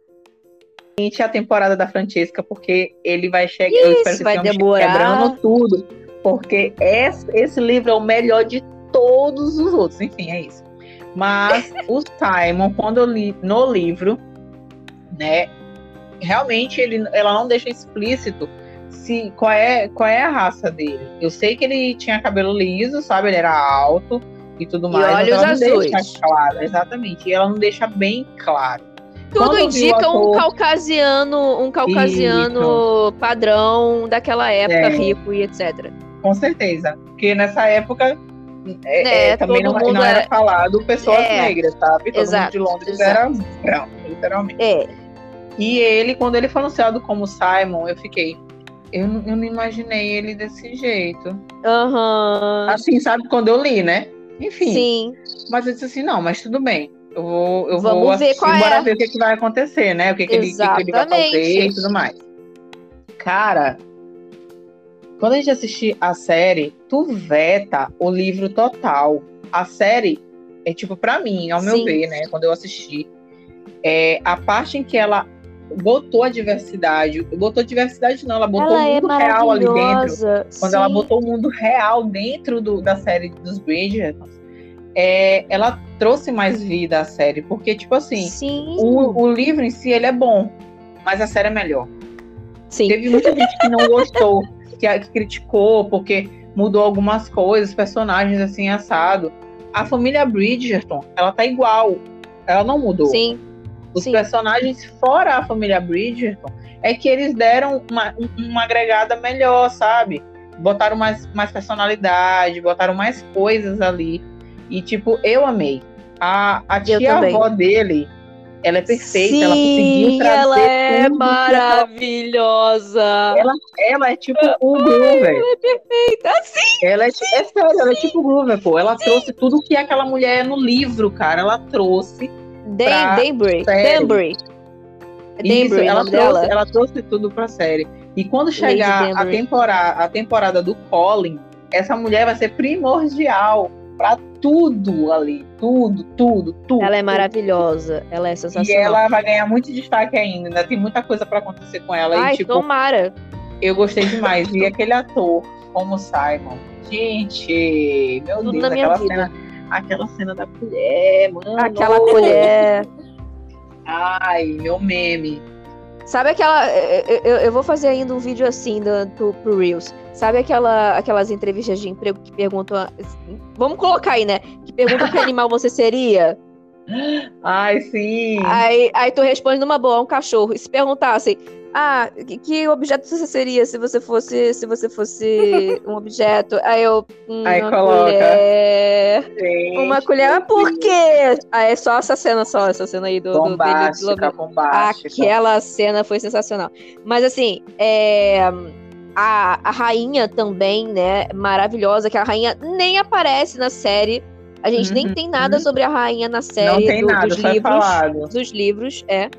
a temporada da Francesca, porque ele vai chegar. Eu espero que vai esse homem chegue demorar. quebrando tudo, porque esse, esse livro é o melhor de todos os outros. Enfim, é isso. Mas o Simon, quando eu li no livro, né, realmente ele, ela não deixa explícito se, qual, é, qual é a raça dele. Eu sei que ele tinha cabelo liso, sabe? Ele era alto e tudo E mais. mas olhos ela não azuis. deixa claro, exatamente. E ela não deixa bem claro. Tudo Quando eu vi o indica um ator- caucasiano, um caucasiano padrão daquela época, É. rico e etcétera. Com certeza. Porque nessa época é, Né, é, também todo não, mundo não era é- falado pessoas é. negras, sabe? Todo Exato, mundo de Londres exato. era branco, literalmente. É. E ele, quando ele foi anunciado como Simon, eu fiquei... Eu, não- eu não imaginei ele desse jeito. Aham. Assim, sabe? Quando eu li, né? Enfim. Sim. Mas eu disse assim, não, mas tudo bem. Eu vou, eu Vamos vou ver assistir, qual é. bora ver o que, que vai acontecer, né? O que, que, ele, o que que ele vai fazer Exatamente. e tudo mais. Cara, quando a gente assistir a série, tu veta o livro total. A série é tipo, pra mim, ao meu Sim. ver, né? Quando eu assisti, é, a parte em que ela botou a diversidade, botou diversidade não, ela botou Ela o mundo é real ali dentro. maravilhosa. Quando Sim. ela botou o mundo real dentro do, da série dos Bridgerton, é, ela trouxe mais vida à série, porque, tipo assim, Sim. o, o livro em si, ele é bom, mas a série é melhor. Sim. Teve muita gente que não gostou, que, que criticou, porque mudou algumas coisas, personagens assim, assado. A família Bridgerton, ela tá igual, ela não mudou. Sim. Os Sim. personagens fora a família Bridgerton é que eles deram uma, uma agregada melhor, sabe? Botaram mais, mais personalidade, botaram mais coisas ali. E, tipo, eu amei. A, a tia-avó dele, ela é perfeita. Sim, ela conseguiu trazer ela é tudo maravilhosa. Ela, ela é tipo o Groover. Ela é perfeita, sim. Ela é, é sério, ela é tipo o Groover, pô. Ela sim. trouxe tudo que aquela mulher é no livro, cara. Ela trouxe. Dan, Danbury. Danbury. Isso, Danbury, ela, trouxe, dela. ela trouxe tudo pra série. E quando chegar a temporada, a temporada do Colin, essa mulher vai ser primordial pra tudo ali. Tudo, tudo, tudo. Ela é tudo. maravilhosa. Ela é sensacional. E ela vai ganhar muito destaque ainda. Ainda tem muita coisa pra acontecer com ela. Ai, e, tipo, tomara. Eu gostei demais. E aquele ator, como Simon. Gente, meu tudo Deus, na minha aquela vida. cena. Aquela cena da colher, mano. Aquela colher. Ai, meu meme. Sabe aquela... Eu, eu, eu vou fazer ainda um vídeo assim do, do, pro Reels. Sabe aquela, aquelas entrevistas de emprego que perguntam... Vamos colocar aí, né? Que perguntam que animal você seria. Ai, sim. Aí, aí tu responde numa boa, um cachorro. E se perguntassem... Ah, que, que objeto você seria se você fosse, se você fosse um objeto? Aí eu, uma aí coloca. colher, Gente, uma colher, mas por quê? Aí é só essa cena, só essa cena aí do, bombástica, do dele. bombástica. Aquela cena foi sensacional. Mas assim, é, a, a rainha também, né, maravilhosa, que a rainha nem aparece na série. A gente uhum, nem tem nada uhum. sobre a rainha na série. Não tem do, nada, dos só livros, é falado. Dos livros, é.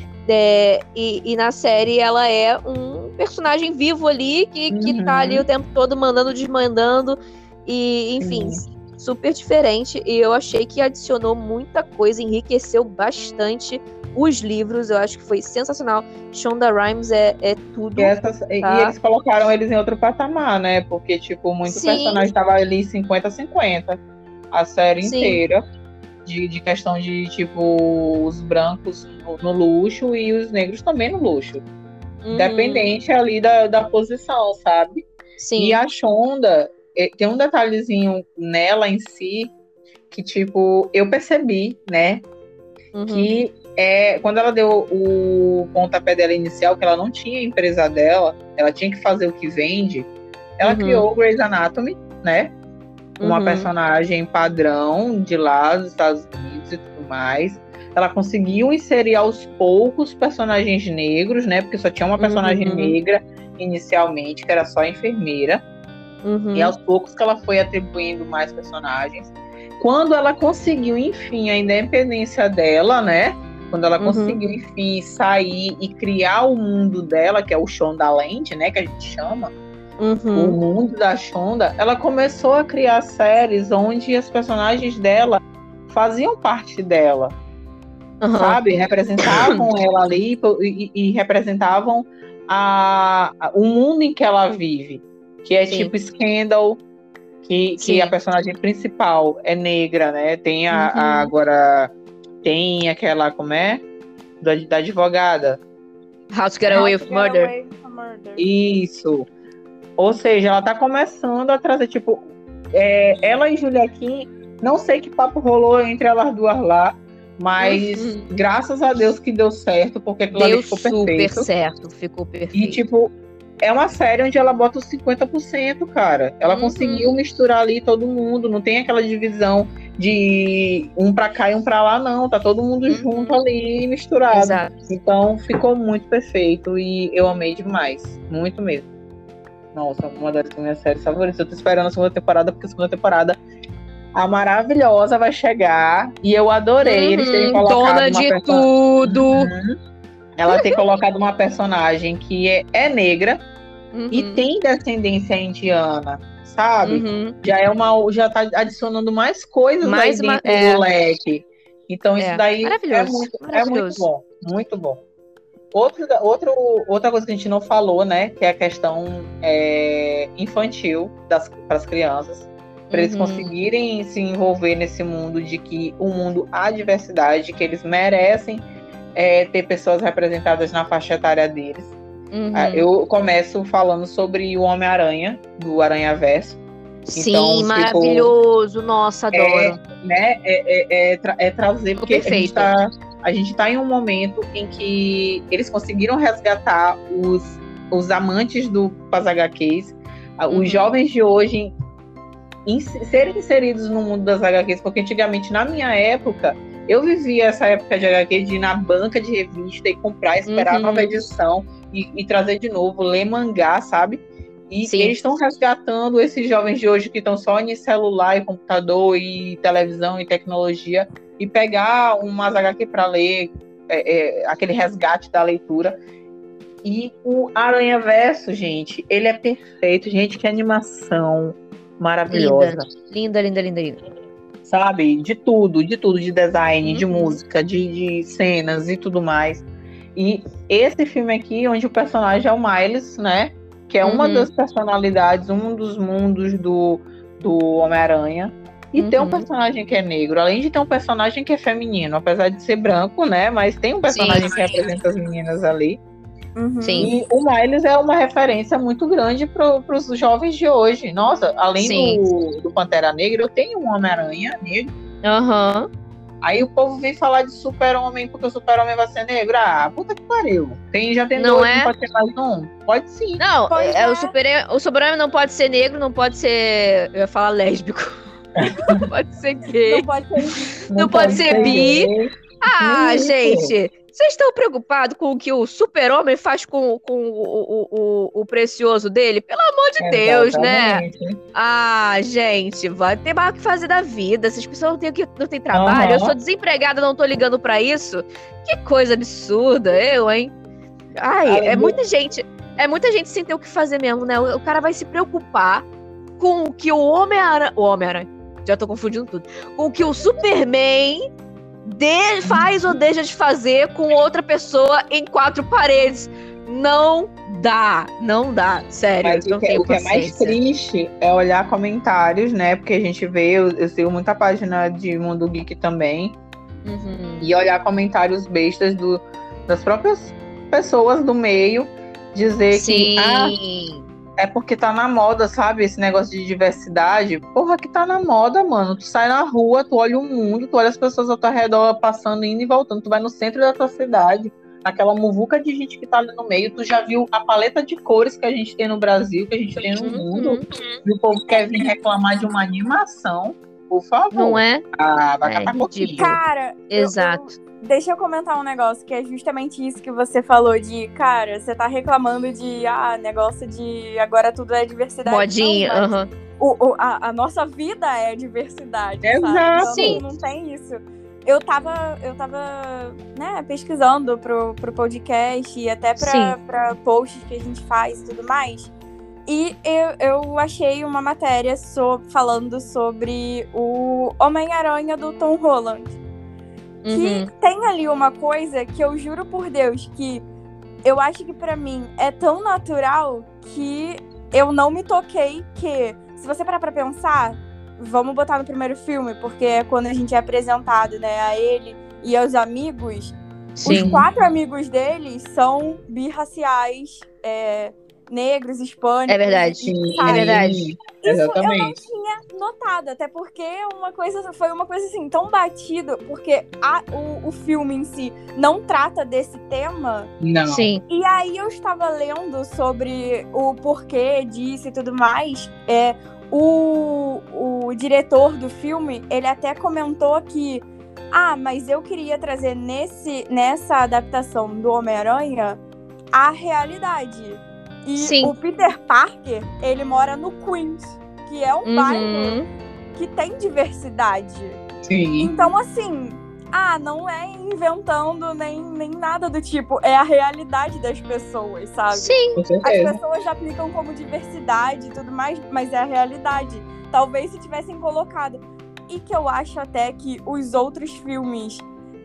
É, e, e na série ela é um personagem vivo ali que, uhum. que tá ali o tempo todo mandando, desmandando e enfim, Sim. super diferente, e eu achei que adicionou muita coisa, enriqueceu bastante os livros, eu acho que foi sensacional. Shonda Rhimes é, é tudo. E, essas, tá? e eles colocaram eles em outro patamar, né, porque tipo, muito Sim. personagem tava ali cinquenta a cinquenta a série Sim. inteira. De, de questão de, tipo, os brancos no, no luxo e os negros também no luxo. Uhum. Independente ali da, da posição, sabe? Sim. E a Shonda, tem um detalhezinho nela em si, que, tipo, eu percebi, né? Uhum. Que é, quando ela deu o pontapé dela inicial, que ela não tinha a empresa dela, ela tinha que fazer o que vende, ela uhum. criou o Grey's Anatomy, né? Uma uhum. personagem padrão de lá dos Estados Unidos e tudo mais. Ela conseguiu inserir aos poucos personagens negros, né? Porque só tinha uma personagem uhum. negra inicialmente, que era só a enfermeira. Uhum. E aos poucos que ela foi atribuindo mais personagens. Quando ela conseguiu, enfim, a independência dela, né? Quando ela uhum. conseguiu, enfim, sair e criar o mundo dela, que é o Shondaland, né? Que a gente chama. Uhum. O mundo da Shonda, ela começou a criar séries onde as personagens dela faziam parte dela, uhum. sabe? Representavam ela ali e, e representavam a, a, o mundo em que ela vive, que é Sim. tipo Scandal, que, que a personagem principal é negra, né? Tem a, uhum. a agora tem aquela, como é? Da, da advogada. How to Get Away with Murder. Isso. Ou seja, ela tá começando a trazer, tipo, é, ela e Julia Kim, não sei que papo rolou entre elas duas lá, mas uhum. graças a Deus que deu certo, porque aquilo ali ficou perfeito. Deu super certo, ficou perfeito. E, tipo, é uma série onde ela bota os cinquenta por cento, cara. Ela uhum. conseguiu misturar ali todo mundo, não tem aquela divisão de um pra cá e um pra lá, não. Tá todo mundo uhum. junto ali, misturado. Exato. Então, ficou muito perfeito e eu amei demais, muito mesmo. Nossa, uma das minhas séries favoritas. Eu tô esperando a segunda temporada, porque a segunda temporada, a maravilhosa, vai chegar. E eu adorei uhum, eles terem colocado dona uma de person... tudo. Uhum. Ela ter colocado uma personagem que é, é negra uhum. e tem descendência indiana, sabe? Uhum. Já é uma, já tá adicionando mais coisas mais aí dentro uma... do é. leque. Então, isso É, daí é maravilhoso, muito, é muito maravilhoso. bom, muito bom. Outro, outro, outra coisa que a gente não falou, né, que é a questão é, infantil para as crianças, para eles Uhum. conseguirem se envolver nesse mundo de que o mundo há diversidade, que eles merecem é, ter pessoas representadas na faixa etária deles. Uhum. Eu começo falando sobre o Homem-Aranha, do Aranhaverso. Sim, Então, tipo, maravilhoso. Nossa, adoro. É, né, é, é, é, tra- é trazer, porque a gente, Perfeito. tá, a gente tá em um momento em que eles conseguiram resgatar os, os amantes do das agá quês, a- Uhum. os jovens de hoje ins- serem inseridos no mundo das agá quês, porque antigamente, na minha época, eu vivia essa época de agá quê de ir na banca de revista e comprar, esperar a nova Uhum. edição e, e trazer de novo, ler mangá, sabe? E Sim. eles estão resgatando esses jovens de hoje que estão só em celular e computador e televisão e tecnologia e pegar umas agá quê para ler, é, é, aquele resgate da leitura. E o Aranhaverso, gente, ele é perfeito. Gente, que animação maravilhosa. Linda, linda, linda, linda. Sabe? De tudo, de tudo, de design, Uhum. de música, de, de cenas e tudo mais. E esse filme aqui, onde o personagem é o Miles, né? Que é uma Uhum. das personalidades, um dos mundos do, do Homem-Aranha. E Uhum. tem um personagem que é negro, além de ter um personagem que é feminino, apesar de ser branco, né? Mas tem um personagem Sim. que representa as meninas ali. Uhum. Sim. E o Miles é uma referência muito grande para os jovens de hoje. Nossa, além Sim. do, do Pantera Negra, eu tenho um Homem-Aranha negro. Aham. Aí o povo vem falar de super-homem porque o super-homem vai ser negro. Ah, puta que pariu. Tem, já tem Não dois, é? não pode ter mais um? Pode sim. Não, Pois é, é. o super o super-homem não pode ser negro, não pode ser. Eu ia falar lésbico. Não pode ser gay. Não pode ser. Não pode ser bi. gay. Ah, Isso. gente, vocês estão preocupados com o que o super-homem faz com, com o, o, o, o precioso dele? Pelo amor de Deus, né? Exatamente. Ah, gente, vai ter mais o que fazer da vida. Essas pessoas não têm, o que- não têm trabalho. Eu Aham. sou desempregada, não tô ligando pra isso. Que coisa absurda, eu, hein? Ai, Além é do- muita gente. É muita gente sem ter o que fazer mesmo, né? O, o cara vai se preocupar com o que o Homem-Aranha. O Homem-Aranha. Já tô confundindo tudo. Com o que o Superman de- faz ou deixa de fazer com outra pessoa em quatro paredes. Não dá, não dá, sério. Mas não o que, tenho o que é mais paciência. triste é olhar comentários, né? Porque a gente vê, eu, eu sigo muita página de Mundo Geek também, Uhum. e olhar comentários bestas do, das próprias pessoas do meio dizer que ah, Sim. é porque tá na moda, sabe? Esse negócio de diversidade. Porra, que tá na moda, mano. Tu sai na rua, tu olha o mundo, tu olha as pessoas ao teu redor passando, indo e voltando. Tu vai no centro da tua cidade, aquela muvuca de gente que tá ali no meio. Tu já viu a paleta de cores que a gente tem no Brasil, que a gente tem no mundo? Uhum. E o povo quer vir reclamar de uma animação. Por favor. Não é? Ah, vai É catar ridículo. coquinho. Cara, eu- Exato. eu- deixa eu comentar um negócio que é justamente isso que você falou de, cara, você tá reclamando de, ah, negócio de agora tudo é diversidade. Modinha, Não, mas aham. o, o- a, a nossa vida é diversidade, Exato. sabe? Então, Sim. não, não tem isso. Eu tava, eu tava né, pesquisando pro, pro podcast e até pra, Sim. pra posts que a gente faz e tudo mais. E eu, eu achei uma matéria so- falando sobre o Homem-Aranha do Tom Holland. Que Uhum. tem ali uma coisa que eu juro por Deus que eu acho que pra mim é tão natural que eu não me toquei que, se você parar pra pensar, vamos botar no primeiro filme, porque é quando a gente é apresentado, né, a ele e aos amigos. Sim. Os quatro amigos deles são birraciais, é, negros, hispânicos. É verdade. e- É verdade. Isso eu não Exatamente. tinha notado, até porque uma coisa, foi uma coisa assim, tão batida, porque a- o, o filme em si não trata desse tema. Não. Sim. E aí eu estava lendo sobre o porquê disso e tudo mais. É, o, o diretor do filme, ele até comentou que, ah, mas eu queria trazer nesse, nessa adaptação do Homem-Aranha a realidade. E Sim. o Peter Parker, ele mora no Queens, que é um bairro Uhum. que tem diversidade. Sim. Então, assim, ah, não é inventando nem, nem nada do tipo, é a realidade das pessoas, sabe? Sim. Com As certeza. pessoas aplicam como diversidade e tudo mais, mas é a realidade. Talvez se tivessem colocado, e que eu acho até que os outros filmes,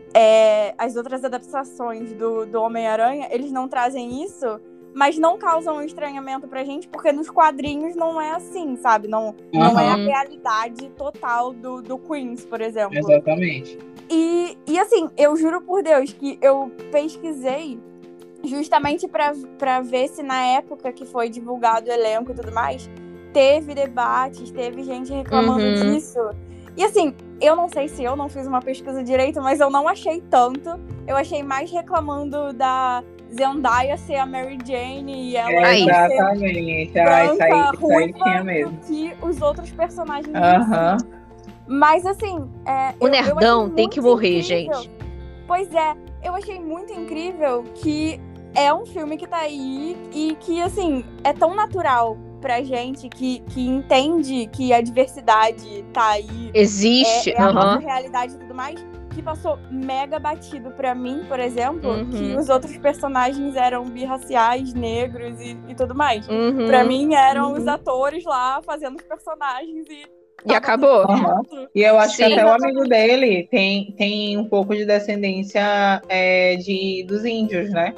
é, as outras adaptações do, do Homem-Aranha, eles não trazem isso, mas não causam um estranhamento pra gente, porque nos quadrinhos não é assim, sabe? Não, uhum. não é a realidade total do, do Queens, por exemplo. Exatamente. E, e assim, eu juro por Deus que eu pesquisei justamente pra, pra ver se na época que foi divulgado o elenco e tudo mais, teve debates, teve gente reclamando uhum. disso. E assim, eu não sei se eu não fiz uma pesquisa direito, mas eu não achei tanto. Eu achei mais reclamando da Zendaya ser a Mary Jane e ela é, exatamente. ser ah, branca, isso aí, isso aí ruiva, tinha mesmo. do que os outros personagens. Aham. Uhum. Mas assim... É, o eu, nerdão eu tem que morrer, incrível. gente. Pois é, eu achei muito incrível que é um filme que tá aí e que, assim, é tão natural pra gente que, que entende que a diversidade tá aí. Existe. É, é a uhum. nossa realidade e tudo mais. Que passou mega batido pra mim, por exemplo, uhum. que os outros personagens eram birraciais, negros e, e tudo mais. Uhum. Pra mim, eram uhum. os atores lá fazendo os personagens e... E acabou. Uhum. E eu acho Sim. que até Exatamente. o amigo dele tem, tem um pouco de descendência é, de, dos índios, né?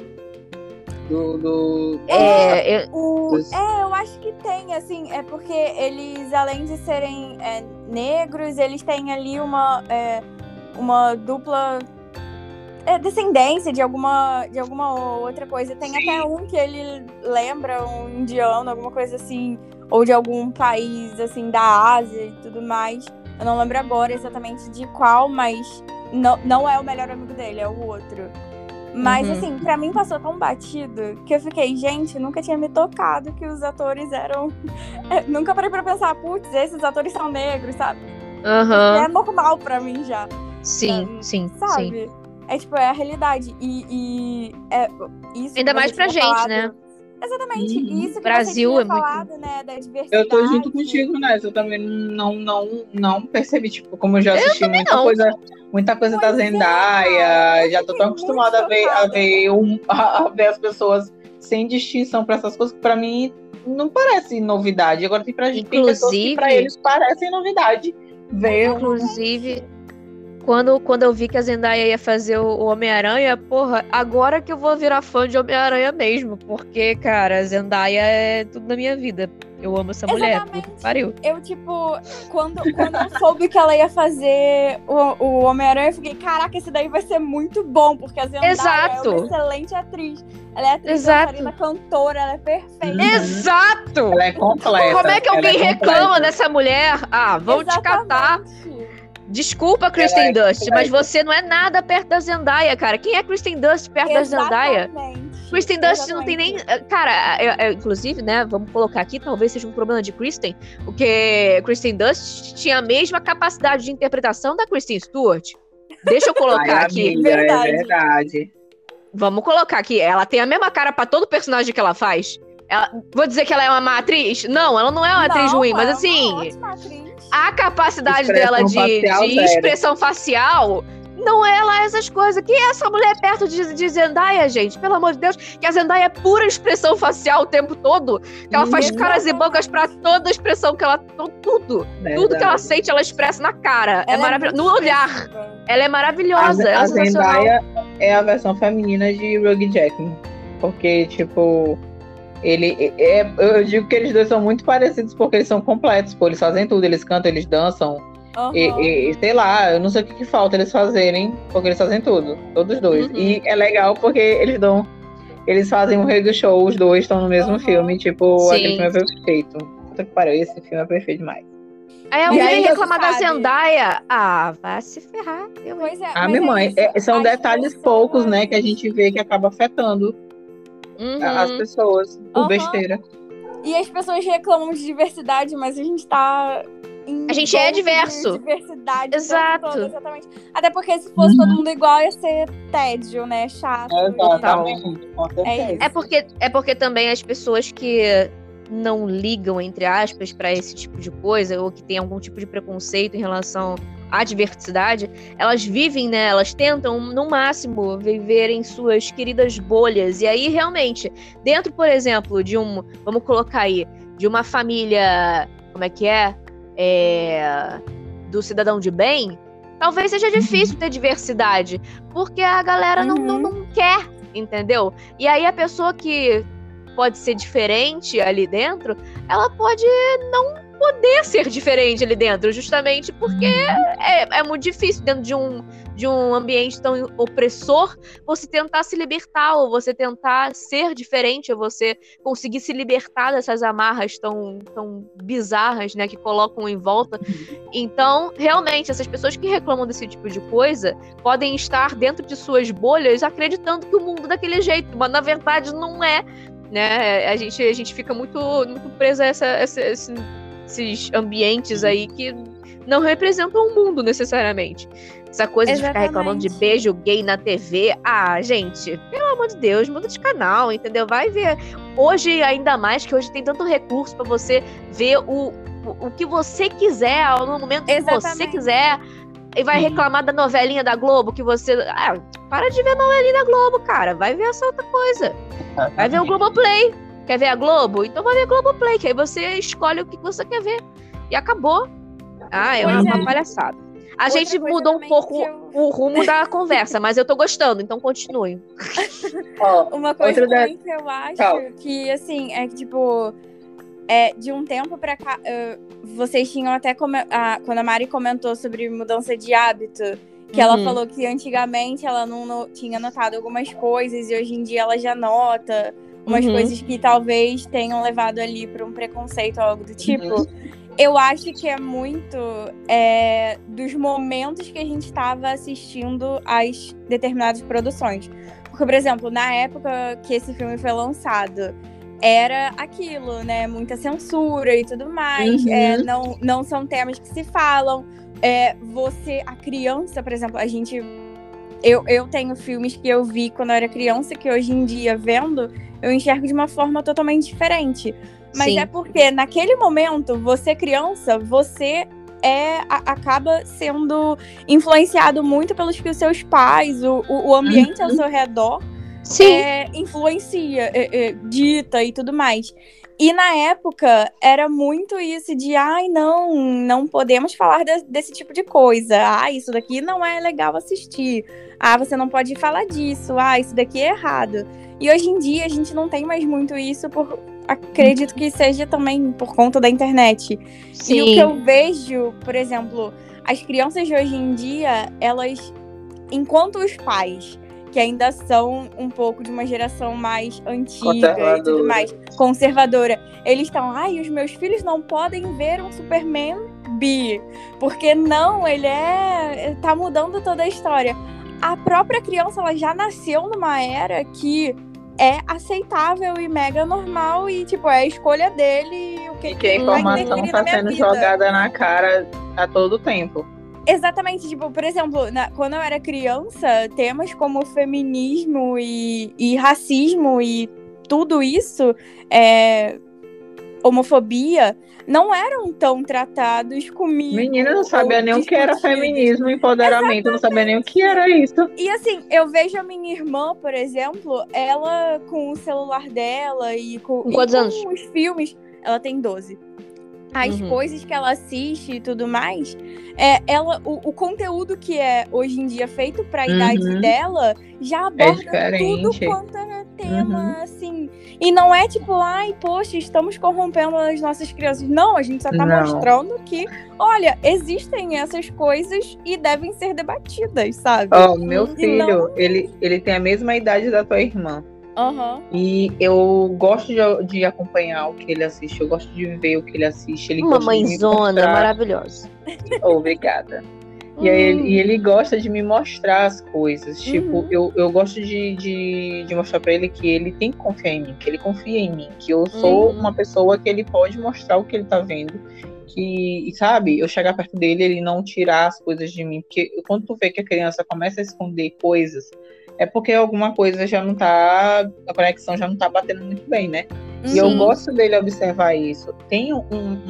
Do, do... É, eu... O... Dos... é, eu acho que tem, assim, é porque eles, além de serem é, negros, eles têm ali uma, é, uma dupla é, descendência de alguma, de alguma outra coisa. Tem Sim. até um que ele lembra um indiano, alguma coisa assim, ou de algum país, assim, da Ásia e tudo mais. Eu não lembro agora exatamente de qual, mas não, não é o melhor amigo dele, é o outro. Mas, uhum. assim, pra mim passou tão batido que eu fiquei, gente, nunca tinha me tocado que os atores eram... nunca parei pra pensar, putz, esses atores são negros, sabe? Uhum. É normal pra mim já. Sim, sim, sabe? sim. É tipo, é a realidade. E, e é isso ainda mais pra gente, falado... né? Exatamente. Uhum. E isso que Brasil você tinha é falado, muito... né, da diversidade. Eu tô junto contigo nessa. Eu também não, não, não percebi, tipo, como eu já assisti eu muita não. coisa, muita coisa pois da Zendaya, é, já tô tão acostumada a ver, a, ver um, a ver as pessoas sem distinção pra essas coisas, que pra mim não parece novidade. Agora tem, pra, Inclusive, tem pessoas que pra eles parecem novidade. Ver Inclusive... Quando, quando eu vi que a Zendaya ia fazer o, o Homem-Aranha, porra, agora que eu vou virar fã de Homem-Aranha mesmo. Porque, cara, a Zendaya é tudo na minha vida. Eu amo essa mulher. Exatamente. Puta que pariu. Eu, tipo, quando, quando eu soube que ela ia fazer o, o Homem-Aranha, eu fiquei, caraca, esse daí vai ser muito bom. Porque a Zendaya Exato. é uma excelente atriz. Ela é atriz, Exato. dançarina, cantora, ela é perfeita. Uhum. Exato! Ela é completa. Como é que alguém é reclama dessa mulher? Ah, vão Exatamente. te catar. Desculpa, Kristen é Dunst, mas você não é nada perto da Zendaya, cara. Quem é Kristen Dunst perto Exatamente. da Zendaya? Kristen Dunst não tem nem... Cara, eu, eu, inclusive, né, vamos colocar aqui, talvez seja um problema de Kristen, porque Kristen Dunst tinha a mesma capacidade de interpretação da Kristen Stewart. Deixa eu colocar Ai, aqui. Amiga, verdade. É verdade. Vamos colocar aqui. Ela tem a mesma cara pra todo personagem que ela faz. Ela, vou dizer que ela é uma má atriz? Não, ela não é uma não, atriz ruim, mas é assim... uma ótima atriz. A capacidade expressão dela de, de zero. expressão facial não é lá essas coisas. Quem é essa mulher perto de, de Zendaya, gente? Pelo amor de Deus. Que a Zendaya é pura expressão facial o tempo todo. Que ela faz caras e bocas pra toda a expressão que ela... Tudo. Verdade. Tudo que ela sente, ela expressa na cara. Ela é maravilhoso. É no olhar. Ela é maravilhosa. A, ela a é Zendaya é a versão feminina de Hugh Jackman. Porque, tipo... Ele, é, eu digo que eles dois são muito parecidos porque eles são completos, pô, eles fazem tudo, eles cantam, eles dançam, uhum. e, e sei lá, eu não sei o que, que falta eles fazerem, porque eles fazem tudo, todos dois. Uhum. E é legal porque eles dão, eles fazem um rego show, os dois estão no mesmo uhum. filme, tipo, Sim. aquele filme é perfeito. Puta que pariu, esse filme é perfeito demais. Aí alguém vem reclamar da Zendaya. Ah, vai se ferrar. Eu... Pois é, ah, minha é mãe, é, são detalhes pessoas... poucos, né, que a gente vê que acaba afetando Uhum. as pessoas, por uhum. besteira. E as pessoas reclamam de diversidade, mas a gente tá em a gente é diverso. De diversidade. Exato. Todo, exatamente. Até porque se fosse uhum. todo mundo igual, ia ser tédio, né? Chato. Exatamente. É, é, porque, é porque também as pessoas que não ligam, entre aspas, pra esse tipo de coisa, ou que tem algum tipo de preconceito em relação à diversidade, elas vivem, né, elas tentam, no máximo, viver em suas queridas bolhas, e aí, realmente, dentro, por exemplo, de um, vamos colocar aí, de uma família, como é que é? É... do cidadão de bem, talvez seja difícil ter diversidade, porque a galera Uhum. não, não, não quer, entendeu? E aí a pessoa que pode ser diferente ali dentro, ela pode não poder ser diferente ali dentro, justamente porque é, é muito difícil dentro de um, de um ambiente tão opressor você tentar se libertar, ou você tentar ser diferente, ou você conseguir se libertar dessas amarras tão, tão bizarras, né, que colocam em volta. Então, realmente, essas pessoas que reclamam desse tipo de coisa podem estar dentro de suas bolhas acreditando que o mundo é daquele jeito, mas na verdade não é, né? A gente, a gente fica muito, muito preso a essa, essa, esse, esses ambientes aí que não representam o mundo necessariamente. Essa coisa de ficar reclamando de beijo gay na T V. Ah, gente, pelo amor de Deus, muda de canal, entendeu? Vai ver. Hoje, ainda mais, que hoje tem tanto recurso pra você ver o, o, o que você quiser, no momento que Exatamente. você quiser. E vai Sim. reclamar da novelinha da Globo, que você... Ah, para de ver novelinha da Globo, cara. Vai ver essa outra coisa. Vai ver o Globoplay. Quer ver a Globo? Então vai ver a Globoplay, que aí você escolhe o que você quer ver. E acabou. Ah, é uma, Pois é. uma palhaçada. A Outra gente coisa mudou um também pouco que eu- o rumo da conversa, mas eu tô gostando, então continue. Ó, Uma coisa outra da- também que eu acho Fala. que, assim, é que, tipo, é, de um tempo pra cá, uh, vocês tinham até, come- a- quando a Mari comentou sobre mudança de hábito, que ela Uhum. falou que antigamente ela não no- tinha notado algumas coisas e hoje em dia ela já nota umas Uhum. coisas que talvez tenham levado ali pra um preconceito ou algo do tipo. Uhum. Eu acho que é muito é, dos momentos que a gente estava assistindo às determinadas produções. Porque, por exemplo, na época que esse filme foi lançado, era aquilo, né? Muita censura e tudo mais. Uhum. É, não, não são temas que se falam. É, você, a criança, por exemplo, a gente... Eu, eu tenho filmes que eu vi quando eu era criança, que hoje em dia, vendo, eu enxergo de uma forma totalmente diferente. Mas Sim. é porque naquele momento, você criança, você é, a- acaba sendo influenciado muito pelos que os seus pais, o, o, o ambiente ao seu redor Sim. é, influencia, é, é, dita e tudo mais. E na época era muito isso de ai, não, não podemos falar de- desse tipo de coisa. Ah, isso daqui não é legal assistir. Ah, você não pode falar disso. Ah, isso daqui é errado. E hoje em dia a gente não tem mais muito isso por. Acredito que seja também por conta da internet. Sim. E o que eu vejo, por exemplo, as crianças de hoje em dia, elas, enquanto os pais, que ainda são um pouco de uma geração mais antiga e tudo Conservadora. mais, conservadora, eles estão, ai, os meus filhos não podem ver um Superman bi, porque não, ele é, tá mudando toda a história. A própria criança, ela já nasceu numa era que é aceitável e mega normal e, tipo, é a escolha dele e o que, E que a que vai informação interferir está na minha sendo vida. jogada na cara a todo tempo. Exatamente, tipo, por exemplo, na- quando eu era criança, temas como feminismo e, e racismo e tudo isso, é, homofobia, não eram tão tratados comigo. Menina, não ou sabia nem o que era discutidos. feminismo e empoderamento, não sabia nem o que era isso. E assim, eu vejo a minha irmã, por exemplo, ela com o celular dela e com, Com e quantos com anos? os filmes, ela tem doze. As Uhum. coisas que ela assiste e tudo mais, é, ela, o, o conteúdo que é hoje em dia feito para a Uhum. idade dela já aborda tudo diferente. quanto é tema, assim. E não é tipo, ai, poxa, estamos corrompendo as nossas crianças. Não, a gente só tá Não. mostrando que, olha, existem essas coisas e devem ser debatidas, sabe? Ó, meu E filho, não- ele, ele tem a mesma idade da tua irmã. Aham. E eu gosto de, de acompanhar o que ele assiste, eu gosto de ver o que ele assiste. Ele Uma gosta de me mãezona mostrar- maravilhosa. Obrigada. E, aí ele, e ele gosta de me mostrar as coisas. Tipo, Uhum. eu, eu gosto de, de, de mostrar pra ele que ele tem que confiar em mim, que ele confia em mim, que eu sou Uhum. uma pessoa que ele pode mostrar o que ele tá vendo. Que, e sabe, eu chegar perto dele, ele não tirar as coisas de mim. Porque quando tu vê que a criança começa a esconder coisas, é porque alguma coisa já não tá. A conexão já não tá batendo muito bem, né? E eu Sim. gosto dele observar isso. Tem um,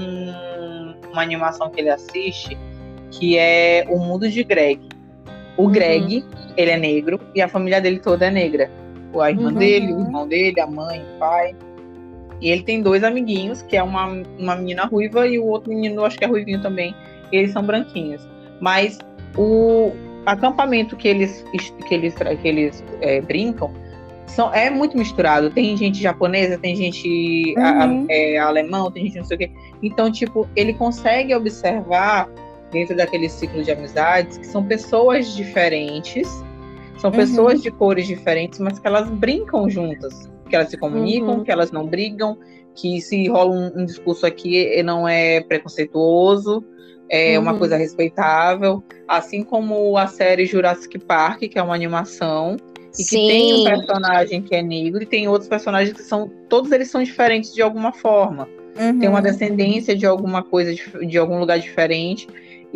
um- uma animação que ele assiste que é O Mundo de Greg. O Uhum. Greg, ele é negro e a família dele toda é negra. A irmã Uhum. dele, o irmão dele, a mãe, o pai. E ele tem dois amiguinhos, que é uma, uma menina ruiva e o outro menino, eu acho que é ruivinho também. eles são branquinhos. Mas o acampamento que eles, que eles, que eles é, brincam são, é muito misturado. Tem gente japonesa, tem gente Uhum. a, é, alemão, tem gente não sei o quê. Então, tipo, ele consegue observar dentro daquele ciclo de amizades que são pessoas diferentes, são Uhum. pessoas de cores diferentes, mas que elas brincam juntas, que elas se comunicam, Uhum. que elas não brigam, que se rola um, um discurso aqui não é preconceituoso, é uma Uhum. coisa respeitável, assim como a série Jurassic Park, que é uma animação, e que tem um Sim. personagem que é negro e tem outros personagens que são, todos eles são diferentes de alguma forma, Uhum. tem uma descendência de alguma coisa, de, de algum lugar diferente,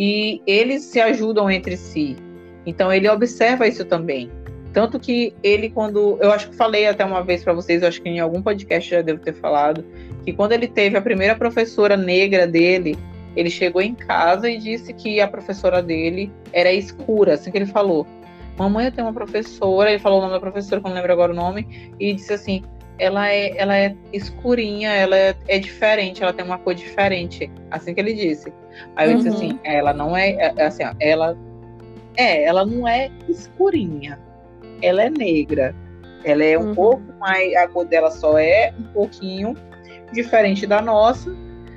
e eles se ajudam entre si. Então ele observa isso também. Tanto que ele, quando... Eu acho que falei até uma vez para vocês, eu acho que em algum podcast já devo ter falado, que quando ele teve a primeira professora negra dele, ele chegou em casa e disse que a professora dele era escura, assim que ele falou. Mamãe, eu tenho uma professora, ele falou o nome da professora, que eu não lembro agora o nome, e disse assim, ela é, ela é escurinha, ela é, é diferente, ela tem uma cor diferente, assim que ele disse. Aí eu Uhum. disse assim, ela não é, é assim, ó, ela é, ela não é escurinha, ela é negra, ela é um Uhum. pouco mais, a cor dela só é um pouquinho diferente da nossa,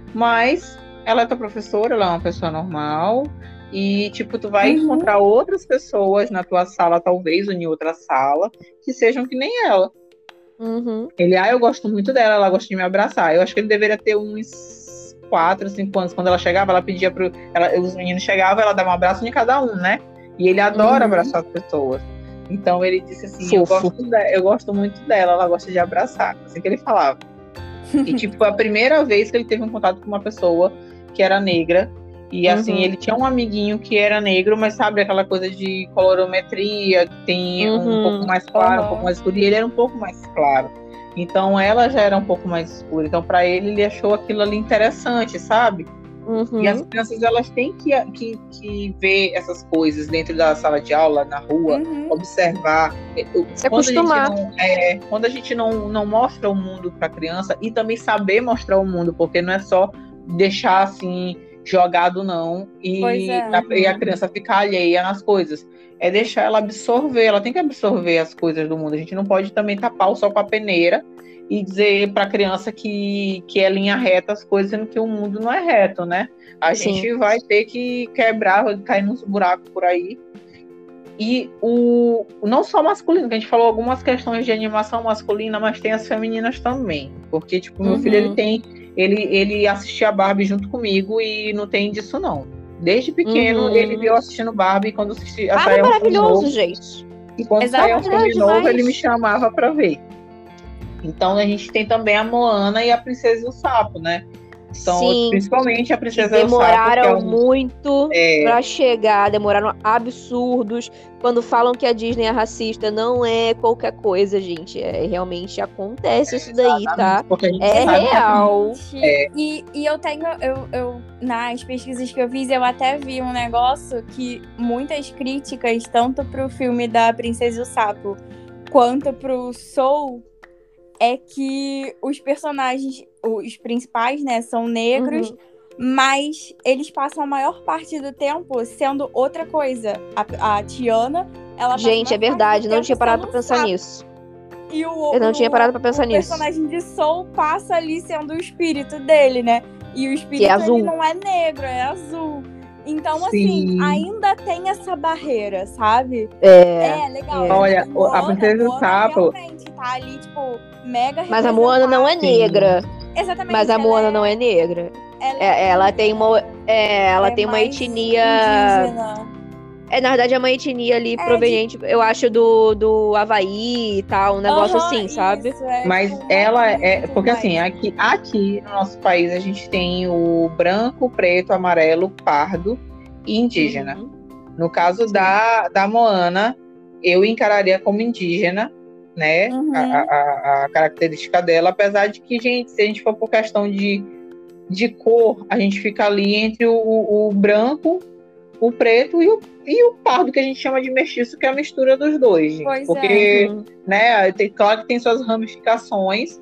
mas ela é tua professora, ela é uma pessoa normal, e tipo, tu vai Uhum. encontrar outras pessoas na tua sala, talvez, ou em outra sala, que sejam que nem ela. Uhum. Ele, ah, eu gosto muito dela, ela gosta de me abraçar. Eu acho que ele deveria ter uns quatro, cinco anos. Quando ela chegava, ela pedia pro... Ela, os meninos chegavam, ela dava um abraço em cada um, né? E ele adora Uhum. abraçar as pessoas. Então ele disse assim, eu Fofo. gosto, de, eu gosto muito dela, ela gosta de abraçar. Assim que ele falava. E tipo, foi a primeira vez que ele teve um contato com uma pessoa que era negra. E assim, Uhum. ele tinha um amiguinho que era negro, mas sabe aquela coisa de colorometria, que tem um Uhum. pouco mais claro, Uhum. um pouco mais escuro, e ele era um pouco mais claro. Então ela já era um pouco mais escura. Então para ele, ele achou aquilo ali interessante, sabe? Uhum. E as crianças, elas têm que, que, que ver essas coisas dentro da sala de aula, na rua, Uhum. observar. Se Quando a gente acostumar. não, é, quando a gente não, não mostra o mundo para a criança, e também saber mostrar o mundo, porque não é só deixar assim jogado não Pois e, é. a, e a criança ficar alheia nas coisas. É deixar ela absorver, ela tem que absorver as coisas do mundo. A gente não pode também tapar o sol com a peneira e dizer para a criança que, que é linha reta as coisas, sendo que o mundo não é reto, né? A Sim. gente vai ter que quebrar, cair nos buracos por aí. E o não só masculino, que a gente falou algumas questões de animação masculina, mas tem as femininas também. Porque, tipo, meu Uhum. filho, ele tem... Ele, ele assistia a Barbie junto comigo e não tem disso, não. Desde pequeno, Uhum. ele viu assistindo Barbie quando assistia, Ah, saía um filme maravilhoso, novo. gente. E quando Exato, saía um filme maravilhoso novo, demais. ele me chamava pra ver. Então, a gente tem também a Moana e a Princesa e o Sapo, né? Então, Sim. principalmente a Que Princesa e o Sapo, que demoraram é um... muito É, pra chegar, demoraram absurdos. Quando falam que a Disney é racista, não é qualquer coisa, gente. É, realmente acontece isso daí, tá? porque a gente É sabe que real. E, e eu tenho, eu, eu, nas pesquisas que eu fiz, eu até vi um negócio que muitas críticas, tanto pro filme da Princesa e o Sapo, quanto pro Soul, é que os personagens, os principais, né, são negros, Uhum. mas eles passam a maior parte do tempo sendo outra coisa. A, a Tiana, ela passa a Gente, é maior parte verdade, do não tempo tinha parado sendo pra um pensar sapo. nisso. E o, Eu não o, tinha parado pra pensar o nisso. personagem de Soul passa ali sendo o espírito dele, né? E o espírito, Que é azul. ele não é negro, é azul. Então, Sim. assim, ainda tem essa barreira, sabe? É. É, legal. é. Olha, Tipo, a Princesa e o Moana Sapo- realmente tá ali, tipo, mega Mas a Moana não é Sim. negra. Exatamente. Mas a ela Moana é- não é negra. Ela, É, ela tem uma, é, ela é tem uma mais etnia. indígena. É, na verdade, é uma etnia ali de- proveniente, eu acho, do, do Havaí e tal, um negócio Aham, assim, sabe? isso, é, Mas tipo, uma ela tribo é. e tudo Porque mais. assim, aqui, aqui no nosso país a gente tem o branco, preto, amarelo, pardo e indígena. Uhum. No caso Sim. da, da Moana, eu encararia como indígena, né? Uhum. A, a, a característica dela, apesar de que, gente, se a gente for por questão de, de cor, a gente fica ali entre o, o, o branco, o preto e o, e o pardo, que a gente chama de mestiço, que é a mistura dos dois, gente. Pois Porque, Uhum. né, tem, claro que tem suas ramificações,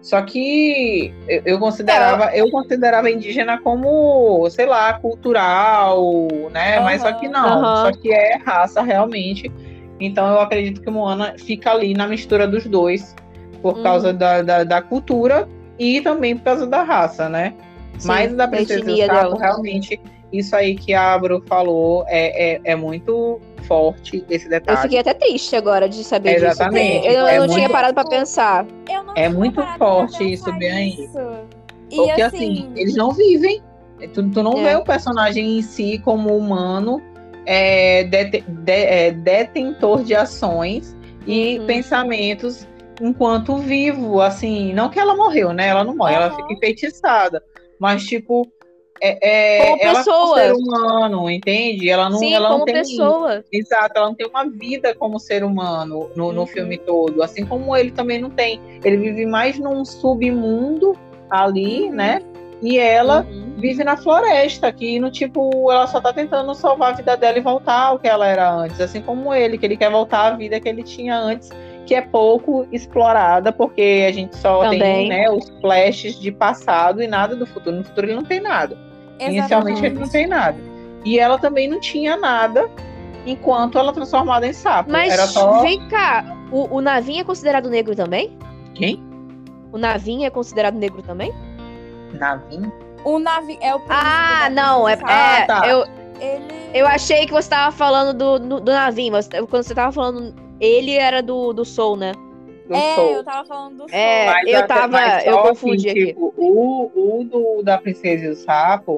Só que eu, eu considerava, é, eu... eu considerava indígena como, sei lá, cultural, né? Uhum, mas só que não, uhum. Só que é raça realmente. Então eu acredito que Moana fica ali na mistura dos dois, por uhum. causa da, da, da cultura e também por causa da raça, né? Sim, mas da Princesa e o Sapo, realmente, isso aí que a Abro falou é, é, é muito forte, esse detalhe. Eu fiquei até triste agora de saber disso. Exatamente. Eu, eu é não muito... tinha parado pra pensar. Eu não é tinha muito forte isso, bem aí. Porque assim... assim, eles não vivem. Tu, tu não é. vê o personagem em si como humano, é, det, de, é, detentor de ações e uhum. pensamentos enquanto vivo, assim, não que ela morreu, né? Ela não morre, uhum. ela fica enfeitiçada. Mas, tipo, é, é, como ela pessoa. é um ser humano, entende? Ela não, Sim, ela como não tem. Pessoa. Exato, ela não tem uma vida como ser humano no, no uhum. filme todo. Assim como ele também não tem. Ele vive mais num submundo ali, uhum. né? E ela uhum. vive na floresta, que no tipo, ela só tá tentando salvar a vida dela e voltar ao que ela era antes. Assim como ele, que ele quer voltar à vida que ele tinha antes, que é pouco explorada, porque a gente só também. tem, né, os flashes de passado e nada do futuro. No futuro ele não tem nada. Exatamente. Inicialmente ele não tem nada. E ela também não tinha nada enquanto ela é transformada em sapo. Mas era só... vem cá, o, o Navin é considerado negro também? Quem? O Navin é considerado negro também? Navin? O Navin é o Ah, não, é, ah, é tá. eu, ele... eu achei que você tava falando do, do, do Navin, mas quando você tava falando, ele era do, do Soul, né? Do é, Soul. eu tava falando do Soul. É, mas, eu tava, eu confundi assim, aqui. Tipo, o, o do, da Princesa e o Sapo,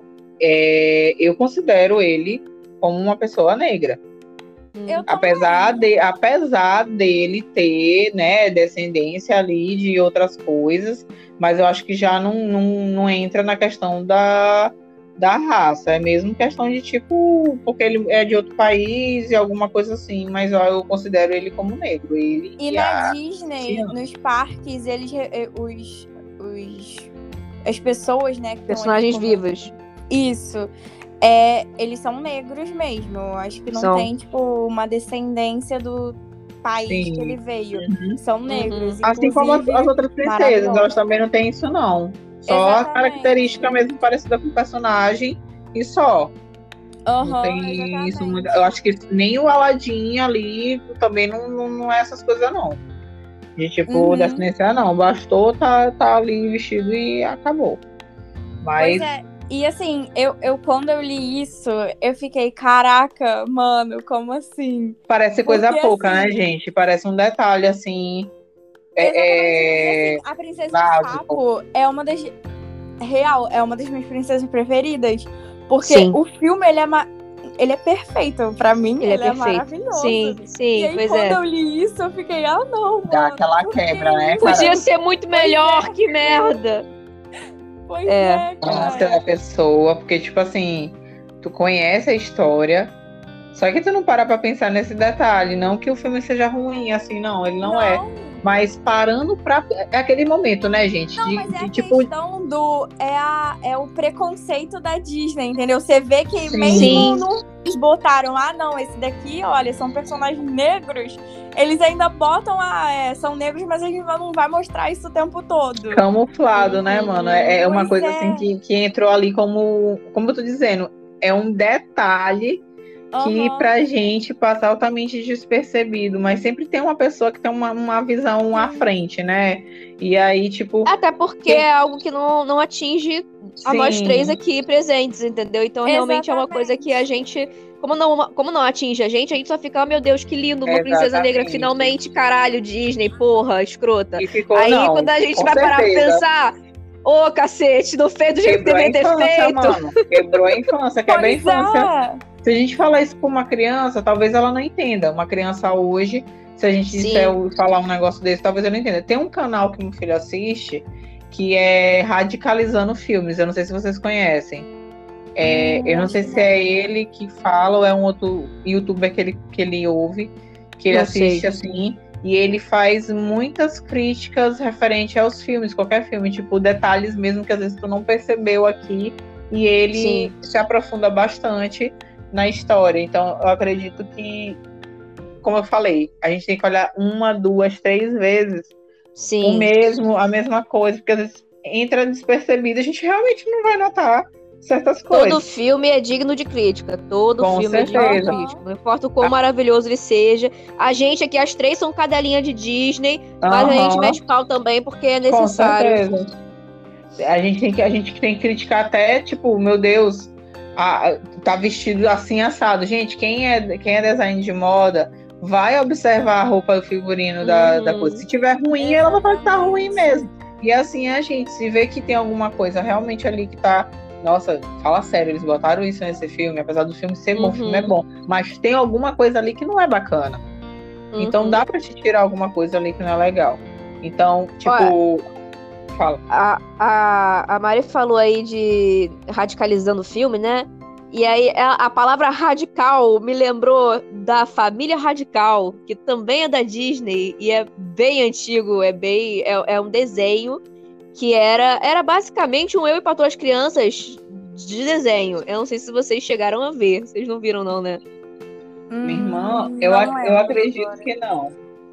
é, eu considero ele como uma pessoa negra. Eu apesar, de, apesar dele ter, né, descendência ali de outras coisas, mas eu acho que já não, não, não entra na questão da, da raça, é mesmo questão de tipo, porque ele é de outro país e alguma coisa assim, mas eu, eu considero ele como negro. Ele e, e na Disney, Sim. nos parques, eles os, os as pessoas, né, que personagens como... vivos. Isso. É, eles são negros mesmo. Acho que não são. tem, tipo, uma descendência do país Sim. que ele veio. Uhum. São negros. Uhum. Assim como as, as outras princesas, elas também não têm isso, não. Só Exatamente. a característica mesmo parecida com o personagem e só. Uhum, não tem isso muito. Eu acho que nem o Aladdin ali também não, não, não é essas coisas, não. De tipo, uhum. descendência, não. Bastou tá, tá ali vestido e acabou. Mas. Pois é. E assim, eu, eu quando eu li isso, eu fiquei, caraca, mano, como assim? Parece coisa Porque, pouca, assim, né, gente? Parece um detalhe, assim. Exatamente. É... E, assim, a Princesa do Sapo é uma das... Real, é uma das minhas princesas preferidas. Porque sim. o filme, ele é, ma... ele é perfeito. Pra mim, ele, ele é, é maravilhoso. Sim, sim, E aí, pois quando é. eu li isso, eu fiquei, ah, não, mano. Dá aquela quebra, né? Podia cara? ser muito melhor, é. que merda. Pois é, é cara. A pessoa, porque, tipo assim, tu conhece a história, só que tu não para pra pensar nesse detalhe. Não que o filme seja ruim, assim, não, ele não, não. é. Mas parando pra. É aquele momento, né, gente? Não, de, mas é de, a tipo... questão do. É, a, é o preconceito da Disney, entendeu? Você vê que Sim. mesmo não eles botaram, ah, não, esse daqui, olha, são personagens negros. Eles ainda botam, ah, é, são negros, mas a gente não vai mostrar isso o tempo todo. Camuflado, né, mano? É, é uma Pois coisa é. assim que, que entrou ali como. Como eu tô dizendo, é um detalhe que Uhum. pra gente passa altamente despercebido, mas sempre tem uma pessoa que tem uma, uma visão Sim. à frente, né? E aí, tipo... Até porque quem... é algo que não, não atinge a Sim. nós três aqui presentes, entendeu? Então, realmente Exatamente. é uma coisa que a gente... Como não, como não atinge a gente, a gente só fica, oh, meu Deus, que lindo, uma Exatamente. princesa negra, finalmente, caralho, Disney, porra, escrota. E ficou, aí, não, quando a gente vai certeza. parar pra pensar... Ô, oh, cacete, não fez do jeito que deveria ter feito. Mano. Quebrou a infância, quebra a infância. É. Se a gente falar isso pra uma criança, talvez ela não entenda. Uma criança hoje, se a gente Sim. disser falar um negócio desse, talvez ela não entenda. Tem um canal que meu filho assiste, que é Radicalizando Filmes. Eu não sei se vocês conhecem. É, hum, eu não sei se é ele que fala ou é um outro youtuber que ele, que ele ouve, que ele não assiste sei. assim... E ele faz muitas críticas referente aos filmes, qualquer filme, tipo, detalhes mesmo que às vezes tu não percebeu aqui. E ele Sim. se aprofunda bastante na história. Então, eu acredito que, como eu falei, a gente tem que olhar uma, duas, três vezes Sim. o mesmo, a mesma coisa, porque às vezes entra despercebido, a gente realmente não vai notar certas coisas. Todo filme é digno de crítica. Todo Com filme certeza. é digno de crítica. Não importa o quão ah. maravilhoso ele seja. A gente aqui, as três são cadelinha de Disney, uhum. mas a gente mete pau também porque é necessário. Com certeza. A gente tem que, a gente tem que criticar até, tipo, meu Deus, a, tá vestido assim assado. Gente, quem é, quem é design de moda vai observar a roupa, o figurino uhum. da, da coisa. Se tiver ruim, é. ela vai estar ruim mesmo. E assim a gente, se vê que tem alguma coisa realmente ali que tá... Nossa, fala sério, eles botaram isso nesse filme, apesar do filme ser bom, uhum. o filme é bom. Mas tem alguma coisa ali que não é bacana. Uhum. Então dá pra te tirar alguma coisa ali que não é legal. Então, tipo... Olha, fala. A, a, a Mari falou aí de radicalizando o filme, né? E aí a, a palavra radical me lembrou da Família Radical, que também é da Disney e é bem antigo, é bem é, é um desenho que era, era basicamente um Eu e Patroa as Crianças de desenho. Eu não sei se vocês chegaram a ver, vocês não viram não, né? Hum, Minha irmã, eu, é eu acredito agora. que não.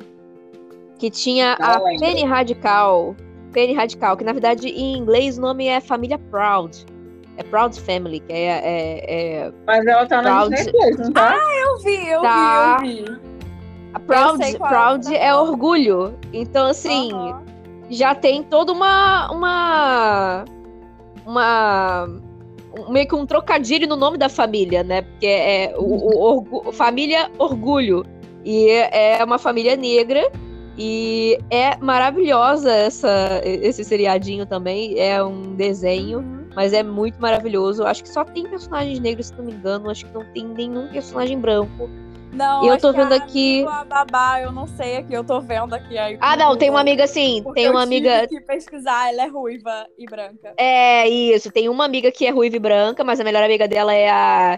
Que tinha não a lembro. Penny Radical, Penny Radical, que na verdade em inglês o nome é Família Proud. É Proud Family, que é... é, é Mas ela tá na Disney Plus, não tá? Ah, eu vi, eu tá. vi, eu vi. A Proud, Proud é orgulho. Então, assim, uh-huh. já tem toda uma... Uma... Uma... meio que um trocadilho no nome da família, né? Porque é o, o, o família Orgulho. E é uma família negra. E é maravilhosa essa, esse seriadinho também. É um desenho, uhum. mas é muito maravilhoso. Acho que só tem personagens negros, se não me engano. Acho que não tem nenhum personagem branco. Não, e eu acho tô que vendo a aqui. A babá, eu não sei aqui, eu tô vendo aqui. Aí, ah, não, tem uma amiga assim. Tem uma eu amiga. Tive que pesquisar, ela é ruiva e branca. É, isso. Tem uma amiga que é ruiva e branca, mas a melhor amiga dela é a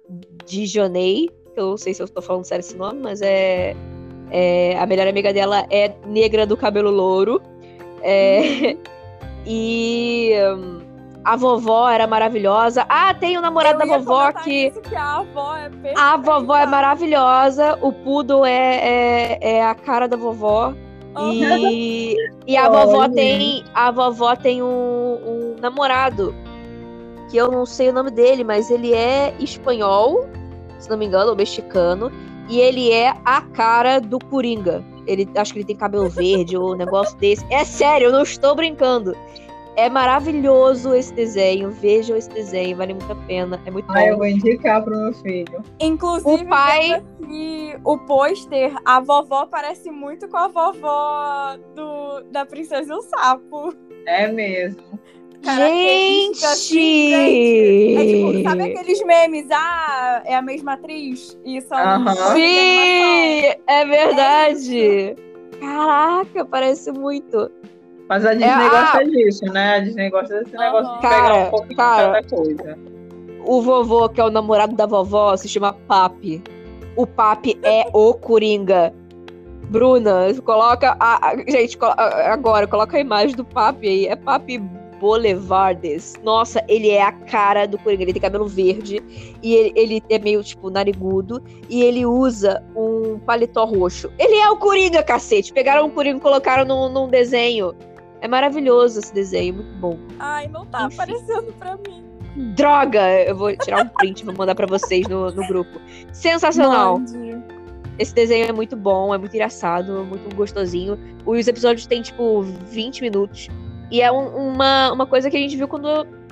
Dijonei. Eu não sei se eu tô falando sério esse nome, mas é. É, a melhor amiga dela é negra do cabelo louro. É, uhum. E um, a vovó era maravilhosa. Ah, tem o namorado da vovó que... que a avó é perfeita. A vovó é maravilhosa. O Poodle é, é, é a cara da vovó. Uhum. E, e a vovó tem a vovó tem um, um namorado que eu não sei o nome dele, mas ele é espanhol, se não me engano, ou mexicano. E ele é a cara do Coringa. Ele, acho que ele tem cabelo verde ou um negócio desse. É sério, eu não estou brincando. É maravilhoso esse desenho. Vejam esse desenho, vale muito a pena. É muito bom. Ah, eu vou indicar pro meu filho. Inclusive, o pai... aqui, o pôster, a vovó parece muito com a vovó do, da Princesa e o Sapo. É mesmo. Gente! Assim, gente! É tipo, sabe aqueles memes? Ah, é a mesma atriz? E são uh-huh. Sim! É verdade! É Caraca, parece muito. Mas a Disney é, gosta ah, disso, né? A Disney gosta desse uh-huh. negócio de cara, pegar um pouquinho cara, de cada coisa. O vovô, que é o namorado da vovó, se chama Papi. O Papi é o Coringa. Bruna, coloca... A, a, gente, agora, coloca a imagem do Papi aí. É Papi Boulevardes. Nossa, ele é a cara do Coringa. Ele tem cabelo verde e ele, ele é meio, tipo, narigudo e ele usa um paletó roxo. Ele é o Coringa, cacete. Pegaram o Coringa e colocaram num, num desenho. É maravilhoso esse desenho, muito bom. Ai, não tá Enfim. aparecendo pra mim. Droga! Eu vou tirar um print e vou mandar pra vocês no, no grupo. Sensacional. Mande. Esse desenho é muito bom, é muito engraçado, muito gostosinho. Os episódios têm, tipo, vinte minutos. E é um, uma, uma coisa que a gente viu quando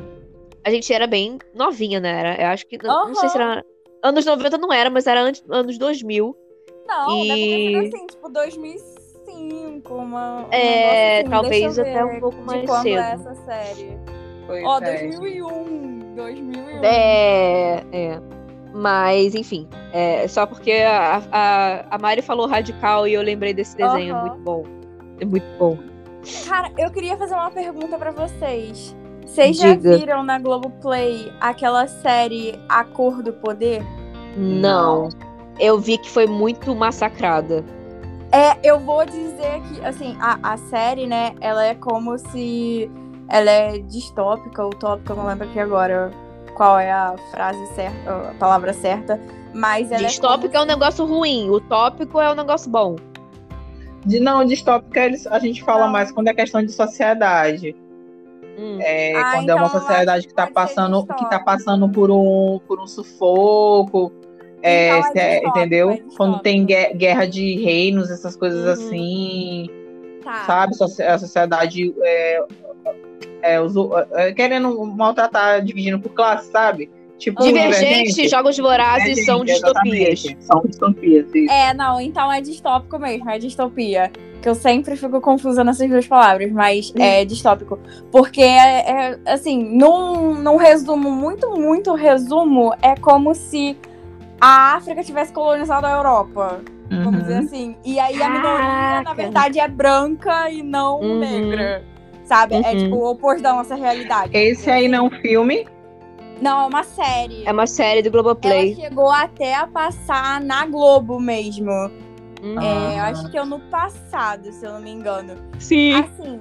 a gente era bem novinha, né? Era, eu acho que... Uhum. Não sei se era... Anos noventa não era, mas era antes, anos dois mil. Não, e... deve ter sido assim, tipo, dois mil e cinco. Uma, é, assim, talvez até um pouco mais de quando cedo. É essa série. Pois Ó, é. dois mil e um. dois mil e um. É, é. Mas, enfim. É, só porque a, a, a Mari falou radical e eu lembrei desse desenho. Uhum. É muito bom. É muito bom. Cara, eu queria fazer uma pergunta pra vocês. Vocês já Diga. viram na Globoplay aquela série A Cor do Poder? Não. Eu vi que foi muito massacrada. É, eu vou dizer que, assim, a, a série, né, ela é como se... Ela é distópica, utópica, eu não lembro aqui agora qual é a frase certa, a palavra certa, mas ela Distópico é, é um negócio ruim, utópico é um negócio bom. De, não, distópica eles, a gente fala Não. mais quando é questão de sociedade. Hum. É, Ah, quando é então uma eu acho sociedade que que está pode ser passando, que tá distópico. passando por um, por um sufoco, é, Então é se é- distópico, entendeu? é Quando tem distópico. gue- guerra de reinos, essas coisas Uhum. assim, Tá. sabe? Soci- A sociedade é, é, os- é, querendo maltratar, dividindo por classe, sabe? Tipo Divergentes, Divergente. Jogos Vorazes são distopias. Exatamente. São distopias, isso. É, não, então é distópico mesmo, é distopia. Que eu sempre fico confusa nessas duas palavras, mas é distópico. Porque, é, é, assim, num, num resumo, muito, muito resumo, é como se a África tivesse colonizado a Europa. Vamos Uhum. dizer assim. E aí a minoria, na Caraca. verdade, é branca e não Uhum. negra. Sabe? É Uhum. tipo o oposto da nossa realidade. vamos Esse dizer aí assim. não é um filme. Não, é uma série. É uma série do Ela Globoplay. chegou até a passar na Globo mesmo. Hum. É, eu Ah. acho que ano passado, se eu não me engano. Sim. Assim,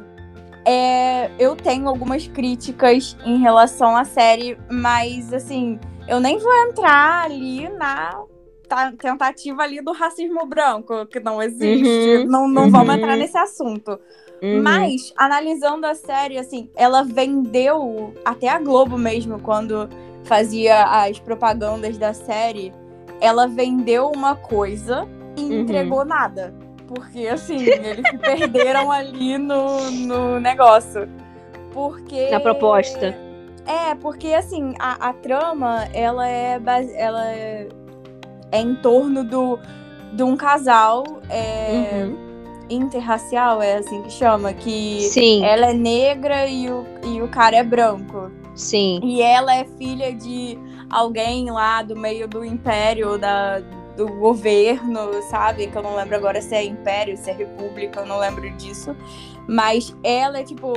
é, eu tenho algumas críticas em relação à série, mas assim, eu nem vou entrar ali na ta- tentativa ali do racismo branco, que não existe. Uhum, Não, não uhum. vamos entrar nesse assunto. Uhum. Mas, analisando a série, assim, ela vendeu, até a Globo mesmo, quando fazia as propagandas da série, ela vendeu uma coisa e Uhum. entregou nada. Porque, assim, eles se perderam ali no, no negócio. Porque... Na proposta. É, porque, assim, a, a trama, ela é, base... ela é, é em torno do, de um casal... É... Uhum. interracial, é assim que chama, que Sim. ela é negra e o, e o cara é branco. Sim. E ela é filha de alguém lá do meio do império, da, do governo, sabe? Que eu não lembro agora se é império, se é república, eu não lembro disso. Mas ela é, tipo,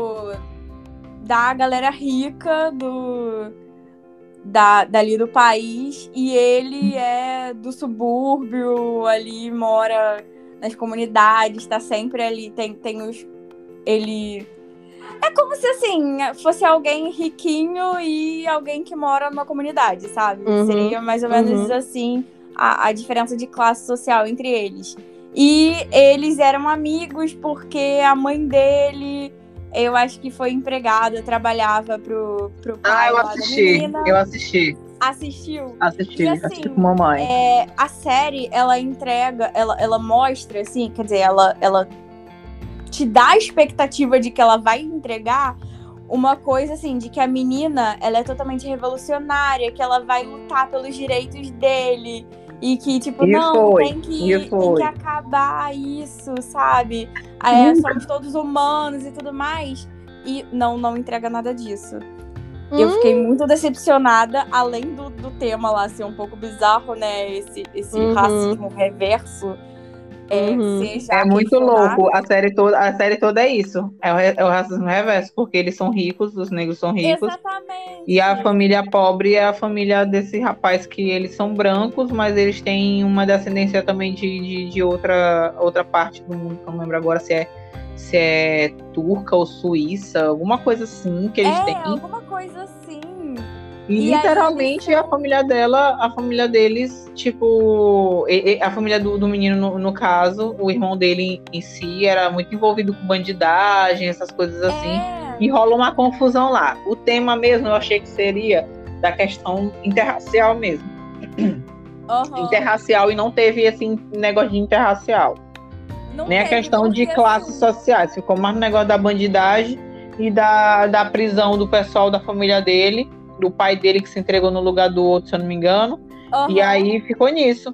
da galera rica do... Da, dali do país, e ele é do subúrbio, ali mora nas comunidades, tá sempre ali, tem, tem os... Ele... É como se, assim, fosse alguém riquinho e alguém que mora numa comunidade, sabe? Uhum, Seria mais ou menos uhum. assim a, a diferença de classe social entre eles. E eles eram amigos porque a mãe dele... Eu acho que foi empregada, trabalhava pro, pro pai Ah, eu lá da assisti. menina. Eu assisti. Assistiu? Assisti. E, assim, assisti com mamãe. É, a série, ela entrega, ela, ela mostra, assim, quer dizer, ela, ela te dá a expectativa de que ela vai entregar uma coisa, assim, de que a menina, ela é totalmente revolucionária, que ela vai lutar pelos direitos dele. E que, tipo, E não, foi, tem que, e tem foi. que acabar isso, sabe? É, somos todos humanos e tudo mais. E não, não entrega nada disso. Eu fiquei muito decepcionada, além do, do tema lá ser um pouco bizarro, né? Esse, esse Uhum. racismo reverso. É, Uhum. ser já É muito questionável. louco. A série toda, a série toda é isso. É o, re- é o racismo reverso, porque eles são ricos, os negros são ricos. Exatamente. E a família pobre é a família desse rapaz que eles são brancos, mas eles têm uma descendência também de, de, de outra, outra parte do mundo, que eu não lembro agora se é, se é turca ou suíça, alguma coisa assim que eles É, têm. alguma coisa assim. E, E aí literalmente eles a família dela, a família deles, tipo, e- e- a família do, do menino, no, no caso, o irmão dele em, em si era muito envolvido com bandidagem, essas coisas assim. É. E rola uma confusão lá. O tema mesmo eu achei que seria da questão interracial mesmo. Uhum. Interracial, e não teve esse negócio de interracial. Não Nem a teve, questão de porque, classes assim, sociais. Ficou mais no negócio da bandidagem e da, da prisão do pessoal da família dele, do pai dele que se entregou no lugar do outro, se eu não me engano. uhum. E aí ficou nisso.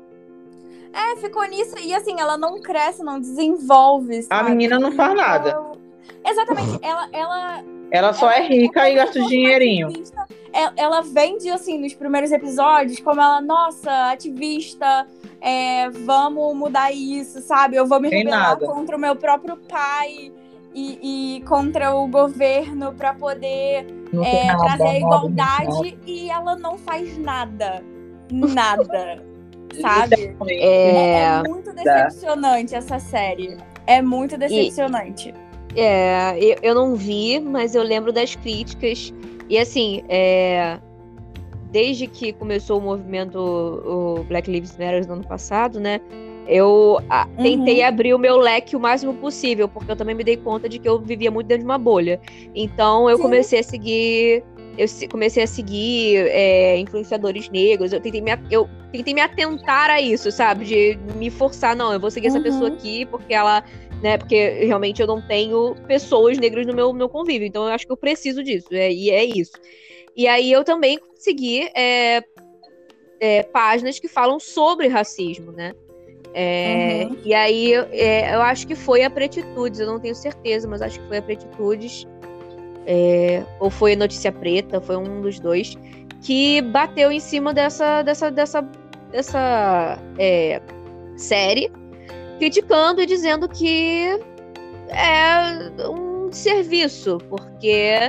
É, ficou nisso. E assim, ela não cresce, não desenvolve, A sabe? menina não faz Então, nada. Exatamente. Ela, ela, Ela só ela é rica como e gasta se o fosse uma dinheirinho. ativista. Ela, ela vende, assim, nos primeiros episódios, como ela, nossa, ativista, é, vamos mudar isso, sabe? Eu vou me Tem rebelar nada. contra o meu próprio pai e, e contra o governo para poder Não tem é, nada, trazer a nada, igualdade, e ela não faz nada. Nada. Sabe? Literalmente. É, É, é muito decepcionante essa série. É muito decepcionante. é, eu, eu não vi, mas eu lembro das críticas. E assim, é, desde que começou o movimento o Black Lives Matter no ano passado, né? Eu a, tentei Uhum. abrir o meu leque o máximo possível, porque eu também me dei conta de que eu vivia muito dentro de uma bolha. Então eu Sim. comecei a seguir, eu se- comecei a seguir é, influenciadores negros. Eu tentei, me, a- eu tentei me atentar a isso, sabe? De me forçar, não, eu vou seguir essa pessoa Uhum. aqui porque ela, né? Porque realmente eu não tenho pessoas negras no meu, meu convívio. Então eu acho que eu preciso disso. É, e é isso. E aí eu também consegui é, é, páginas que falam sobre racismo, né? É, Uhum. e aí é, eu acho que foi a Pretitudes, eu não tenho certeza, mas acho que foi a Pretitudes, é, ou foi a Notícia Preta, foi um dos dois, que bateu em cima dessa, dessa, dessa, dessa é, série, criticando e dizendo que é um serviço, porque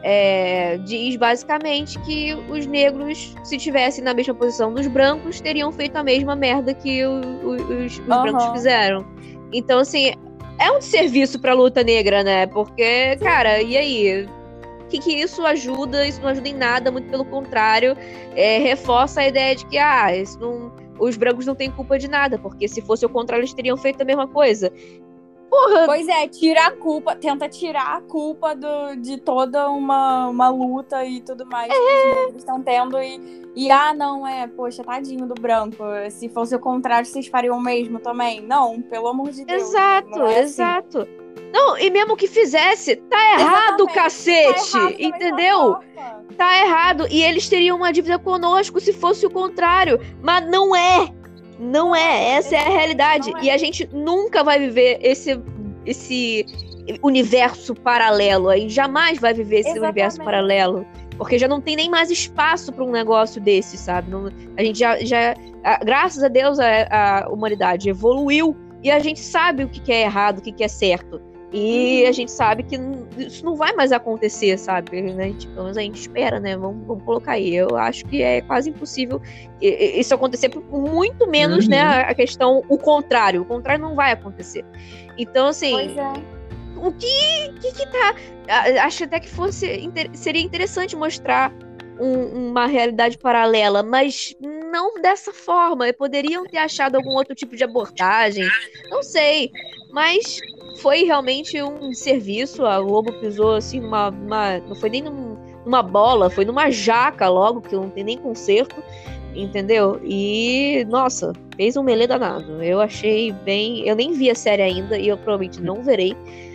é, diz basicamente que os negros, se tivessem na mesma posição dos brancos, teriam feito a mesma merda que o- o- os, os brancos Uhum. fizeram. Então, assim, é um serviço pra luta negra, né? Porque, cara, e aí? O que, que isso ajuda? Isso não ajuda em nada, muito pelo contrário, é, reforça a ideia de que ah, isso não, os brancos não têm culpa de nada, porque se fosse o contrário, eles teriam feito a mesma coisa. Porra! Pois é, tira a culpa, tenta tirar a culpa do, de toda uma, uma luta e tudo mais que os negros estão tendo. E, e, ah, não, é, poxa, tadinho do branco. Se fosse o contrário, vocês fariam o mesmo também? Não, pelo amor de Deus. Exato, Não é assim. exato. Não, e mesmo que fizesse, tá errado, Exatamente, cacete! tá errado da mesma Entendeu? forma. Tá errado. E eles teriam uma dívida conosco se fosse o contrário. Mas não é. Não é. Essa é a realidade. Não é. E a gente nunca vai viver esse, esse universo paralelo. A gente jamais vai viver esse Exatamente. universo paralelo. Porque já não tem nem mais espaço para um negócio desse, sabe? Não, a gente já. já a, graças a Deus, a, a humanidade evoluiu. E a gente sabe o que, que é errado, o que, que é certo. E Uhum. a gente sabe que isso não vai mais acontecer, sabe? Né? Tipo, pelo menos a gente espera, né? Vamos, vamos colocar aí. Eu acho que é quase impossível isso acontecer, muito menos, Uhum. né? A questão, o contrário. O contrário não vai acontecer. Então, assim, Pois é. o que, que que tá... Acho até que fosse, seria interessante mostrar um, uma realidade paralela, mas não dessa forma. Poderiam ter achado algum outro tipo de abordagem, não sei, mas foi realmente um serviço. A Globo pisou assim numa, numa não foi nem num, numa bola, foi numa jaca logo, que não tem nem conserto, entendeu? E, nossa, fez um melê danado. Eu achei bem... Eu nem vi a série ainda e eu provavelmente não verei,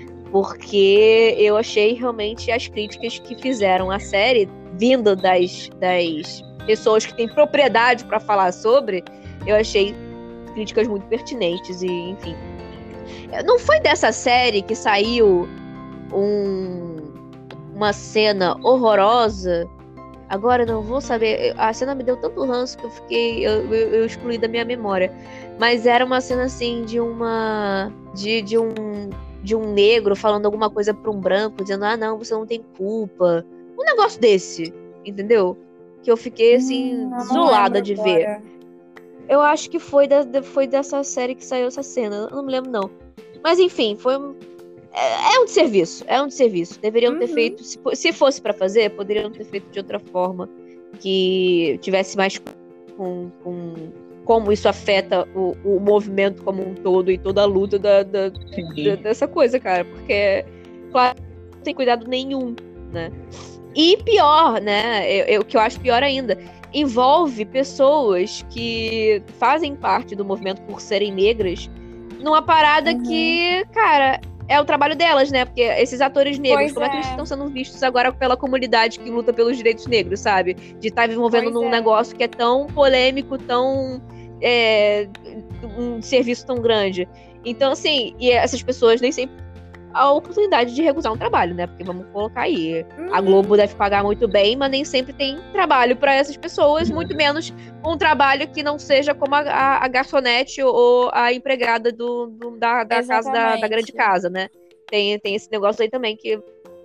porque eu achei realmente as críticas que fizeram a série, vindo das, das pessoas que têm propriedade para falar sobre, eu achei críticas muito pertinentes e, enfim. Não foi dessa série que saiu um, uma cena horrorosa? Agora eu não vou saber. A cena me deu tanto ranço que eu fiquei. Eu, eu, eu excluí da minha memória. Mas era uma cena assim de uma. De, de um. De um negro falando alguma coisa pra um branco, dizendo, ah, não, você não tem culpa. Um negócio desse, entendeu? Que eu fiquei, assim, Hum, eu não desolada lembro de agora. ver. Eu acho que foi, da, foi dessa série que saiu essa cena. Eu não me lembro, não. Mas, enfim, foi um... É, é um desserviço, é um desserviço. Deveriam ter Uhum. feito... Se, se fosse pra fazer, poderiam ter feito de outra forma. Que tivesse mais com... com como isso afeta o, o movimento como um todo e toda a luta da, da, da, dessa coisa, cara. Porque, claro, não tem cuidado nenhum, né? E pior, né? O que eu acho pior ainda, envolve pessoas que fazem parte do movimento por serem negras numa parada Uhum. que, cara, é o trabalho delas, né? Porque esses atores negros, Pois como é. é que é. eles estão sendo vistos agora pela comunidade que luta pelos direitos negros, sabe? De estar tá envolvendo Pois num é. negócio que é tão polêmico, tão... É, um serviço tão grande. Então, assim, e essas pessoas nem sempre a oportunidade de recusar um trabalho, né? Porque vamos colocar aí, Uhum. a Globo deve pagar muito bem, mas nem sempre tem trabalho para essas pessoas, Uhum. muito menos um trabalho que não seja como a, a, a garçonete ou a empregada do, do da, da casa da, da grande casa, né? Tem, tem esse negócio aí também que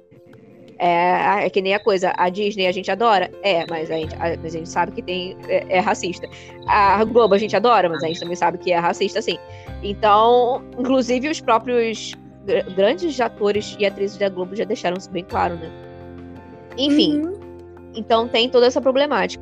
é, é que nem a coisa, a Disney a gente adora, é, mas a gente, a, mas a gente sabe que tem, é, é racista. A Globo a gente adora, mas a gente também sabe que é racista, sim. Então, inclusive os próprios grandes atores e atrizes da Globo já deixaram isso bem claro, né? Enfim, Uhum. então tem toda essa problemática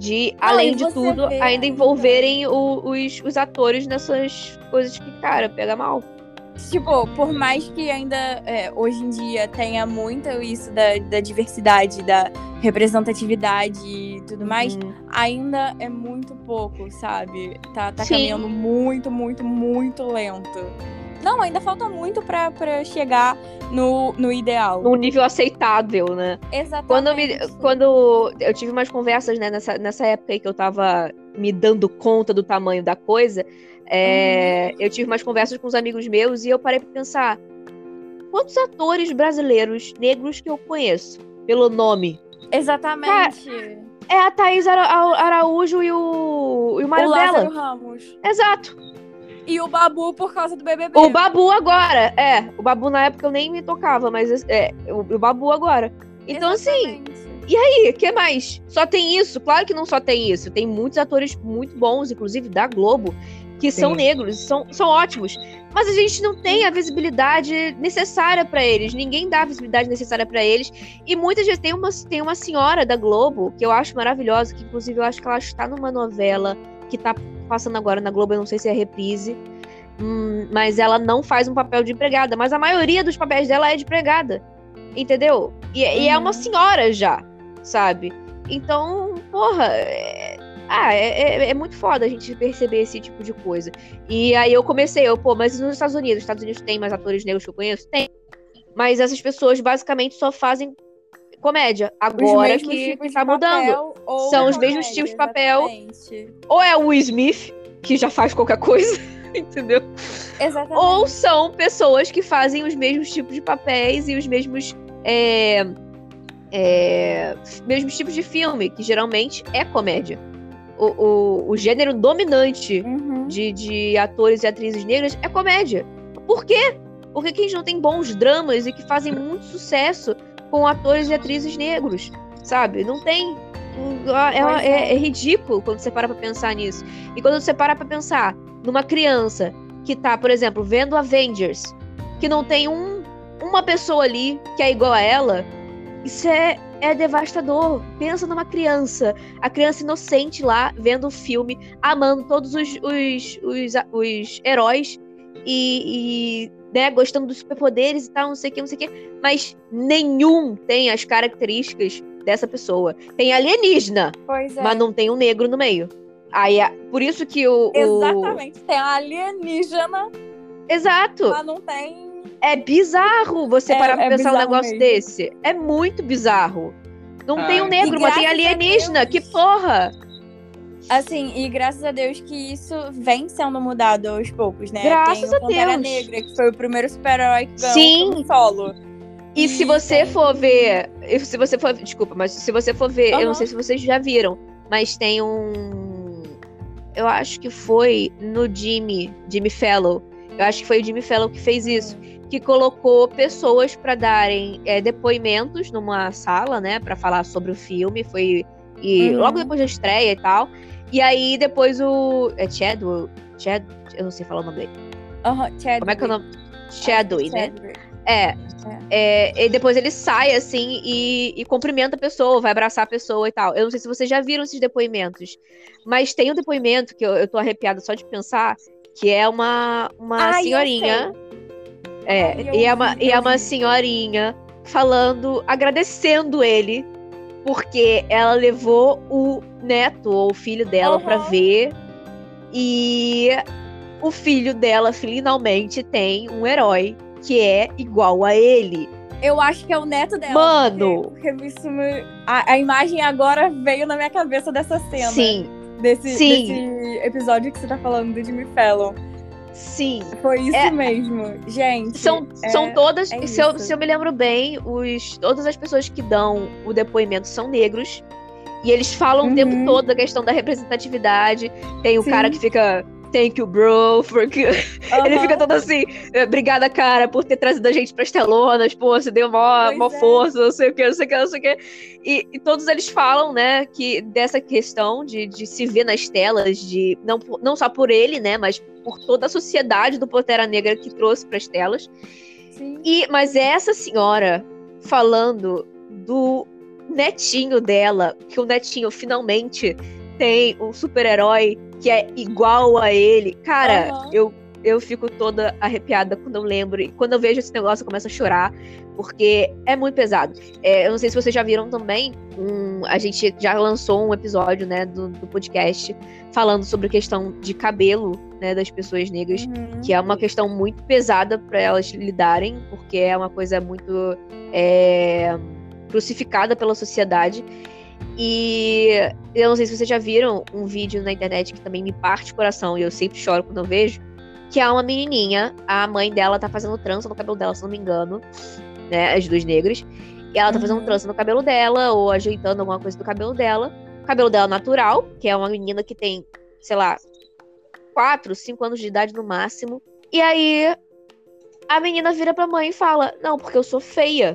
de, Não, além e de você tudo, vê ainda ainda- envolverem o- os, os atores nessas coisas que, cara, pega mal. Tipo, por mais que ainda é, hoje em dia tenha muito isso da, da diversidade, da representatividade e tudo mais, Uhum. ainda é muito pouco, sabe? Tá, tá Sim. caminhando muito, muito, muito lento. Não, ainda falta muito pra, pra chegar no, no ideal. Num nível aceitável, né? Exatamente. Quando eu, me, quando eu tive umas conversas, né, nessa, nessa época aí que eu tava me dando conta do tamanho da coisa, é, Uhum. eu tive umas conversas com os amigos meus e eu parei pra pensar, quantos atores brasileiros negros que eu conheço, pelo nome? Exatamente. É a Thaís Ara- Araújo e o, e o O marido Lázaro dela. Ramos. Exato. E o Babu por causa do B B B. O Babu agora, é. O Babu na época eu nem me tocava, mas é, o, o Babu agora. Então, assim, Exatamente. e o que mais? Só tem isso? Claro que não só tem isso. Tem muitos atores muito bons, inclusive da Globo, que são Sim. negros, são, são ótimos. Mas a gente não tem a visibilidade necessária pra eles. Ninguém dá a visibilidade necessária pra eles. E muitas vezes tem uma, tem uma senhora da Globo, que eu acho maravilhosa, que inclusive eu acho que ela está numa novela que tá passando agora na Globo, eu não sei se é reprise. Hum, mas ela não faz um papel de empregada. Mas a maioria dos papéis dela é de empregada. Entendeu? E, e é uma Uhum. senhora já, sabe? Então, porra, é... Ah, é, é, é muito foda a gente perceber esse tipo de coisa. E aí eu comecei, eu, pô, mas nos Estados Unidos? Os Estados Unidos tem mais atores negros que eu conheço? Tem. Mas essas pessoas basicamente só fazem comédia. Agora mesmos que, tipos que tá de papel mudando. ou São os comédia, mesmos tipos de papel. Exatamente. Ou é o Will Smith, que já faz qualquer coisa, entendeu? Exatamente. Ou são pessoas que fazem os mesmos tipos de papéis e os mesmos é, é, mesmos tipos de filme, que geralmente é comédia. O, o, o gênero dominante Uhum. de, de atores e atrizes negras é comédia. Por quê? Porque que a gente não tem bons dramas e que fazem muito sucesso com atores e atrizes negros, sabe? Não tem. É, Pois é, é. é ridículo quando você para pra pensar nisso. E quando você para pra pensar numa criança que tá, por exemplo, vendo Avengers, que não tem um, uma pessoa ali que é igual a ela, isso é, é devastador. Pensa numa criança, a criança inocente lá, vendo o filme, amando todos os, os, os, os heróis e, e né, gostando dos superpoderes e tal, não sei o que, não sei o que, mas nenhum tem as características dessa pessoa. Tem alienígena, Pois é. mas não tem um negro no meio. Aí, é- por isso que o... o- Exatamente. Tem a alienígena, Exato. mas não tem. É bizarro você É- parar pra é pensar um bizarro negócio mesmo. desse. É muito bizarro. Não Ah, tem um negro, e mas tem graças a alienígena. Deus. Que porra! Assim, e graças a Deus que isso vem sendo mudado aos poucos, né? Graças tem a o Pantera Deus. Negra, que foi o primeiro super-herói que ganhou Sim. um filme solo. E E se você tem- for ver... Se você for... Desculpa, mas se você for ver... Eu não Aham. sei se vocês já viram, mas tem um... Eu acho que foi no Jimmy, Jimmy Fallon. Eu acho que foi o Jimmy Fallon que fez isso. Que colocou pessoas pra darem é, depoimentos numa sala, né? Pra falar sobre o filme. Foi... E Uhum. logo depois da estreia e tal. E aí depois o... É Chadwick? Chad... Eu não sei falar o nome dele. Aham, Chadwick. Como é que é o nome? Chadwick, né? Chadwick. É. É, e depois ele sai, assim, e, e cumprimenta a pessoa, vai abraçar a pessoa e tal. Eu não sei se vocês já viram esses depoimentos, mas tem um depoimento que eu, eu tô arrepiada só de pensar, que é uma, uma Ai, eu senhorinha. É, Ai, eu e é uma, vi, e é eu uma vi. senhorinha falando, agradecendo ele, porque ela levou o neto ou o filho dela Aham. pra ver, e o filho dela finalmente tem um herói que é igual a ele. Eu acho que é o neto dela. Mano! Porque, porque isso me- a, a imagem agora veio na minha cabeça dessa cena. Sim, Desse, sim. desse episódio que você tá falando do Jimmy Fallon. sim. Foi isso É- mesmo. Gente. São, é- são todas, é se, eu, isso. se eu me lembro bem, os, todas as pessoas que dão o depoimento são negros. E eles falam o tempo Uhum. todo da questão da representatividade. Tem o Sim. cara que fica, thank you, bro, porque ele Aham. fica todo assim, obrigada, cara, por ter trazido a gente pras telonas, pô, você deu mó, Pois mó é. força, não sei o que, não sei o que, não sei o que. E, e todos eles falam, né, que dessa questão de, de se ver nas telas, de não, por- não só por ele, né, mas por toda a sociedade do Pantera Negra que trouxe pras telas. Sim. E, mas essa senhora falando do netinho dela, que o netinho finalmente tem um super-herói que é igual a ele. Cara, uhum. eu, eu fico toda arrepiada quando eu lembro. E quando eu vejo esse negócio, eu começo a chorar, porque é muito pesado. É, eu não sei se vocês já viram também, um, a gente já lançou um episódio, né, do, do podcast falando sobre a questão de cabelo, né, das pessoas negras, uhum. que é uma questão muito pesada para elas lidarem, porque é uma coisa muito é, crucificada pela sociedade. E eu não sei se vocês já viram um vídeo na internet que também me parte o coração, e eu sempre choro quando eu vejo, que é uma menininha, a mãe dela tá fazendo trança no cabelo dela, se não me engano, né, as duas negras, e ela tá fazendo uhum. trança no cabelo dela, ou ajeitando alguma coisa do cabelo dela, o cabelo dela natural, que é uma menina que tem, sei lá, quatro, cinco anos de idade no máximo, e aí a menina vira pra mãe e fala, não, porque eu sou feia.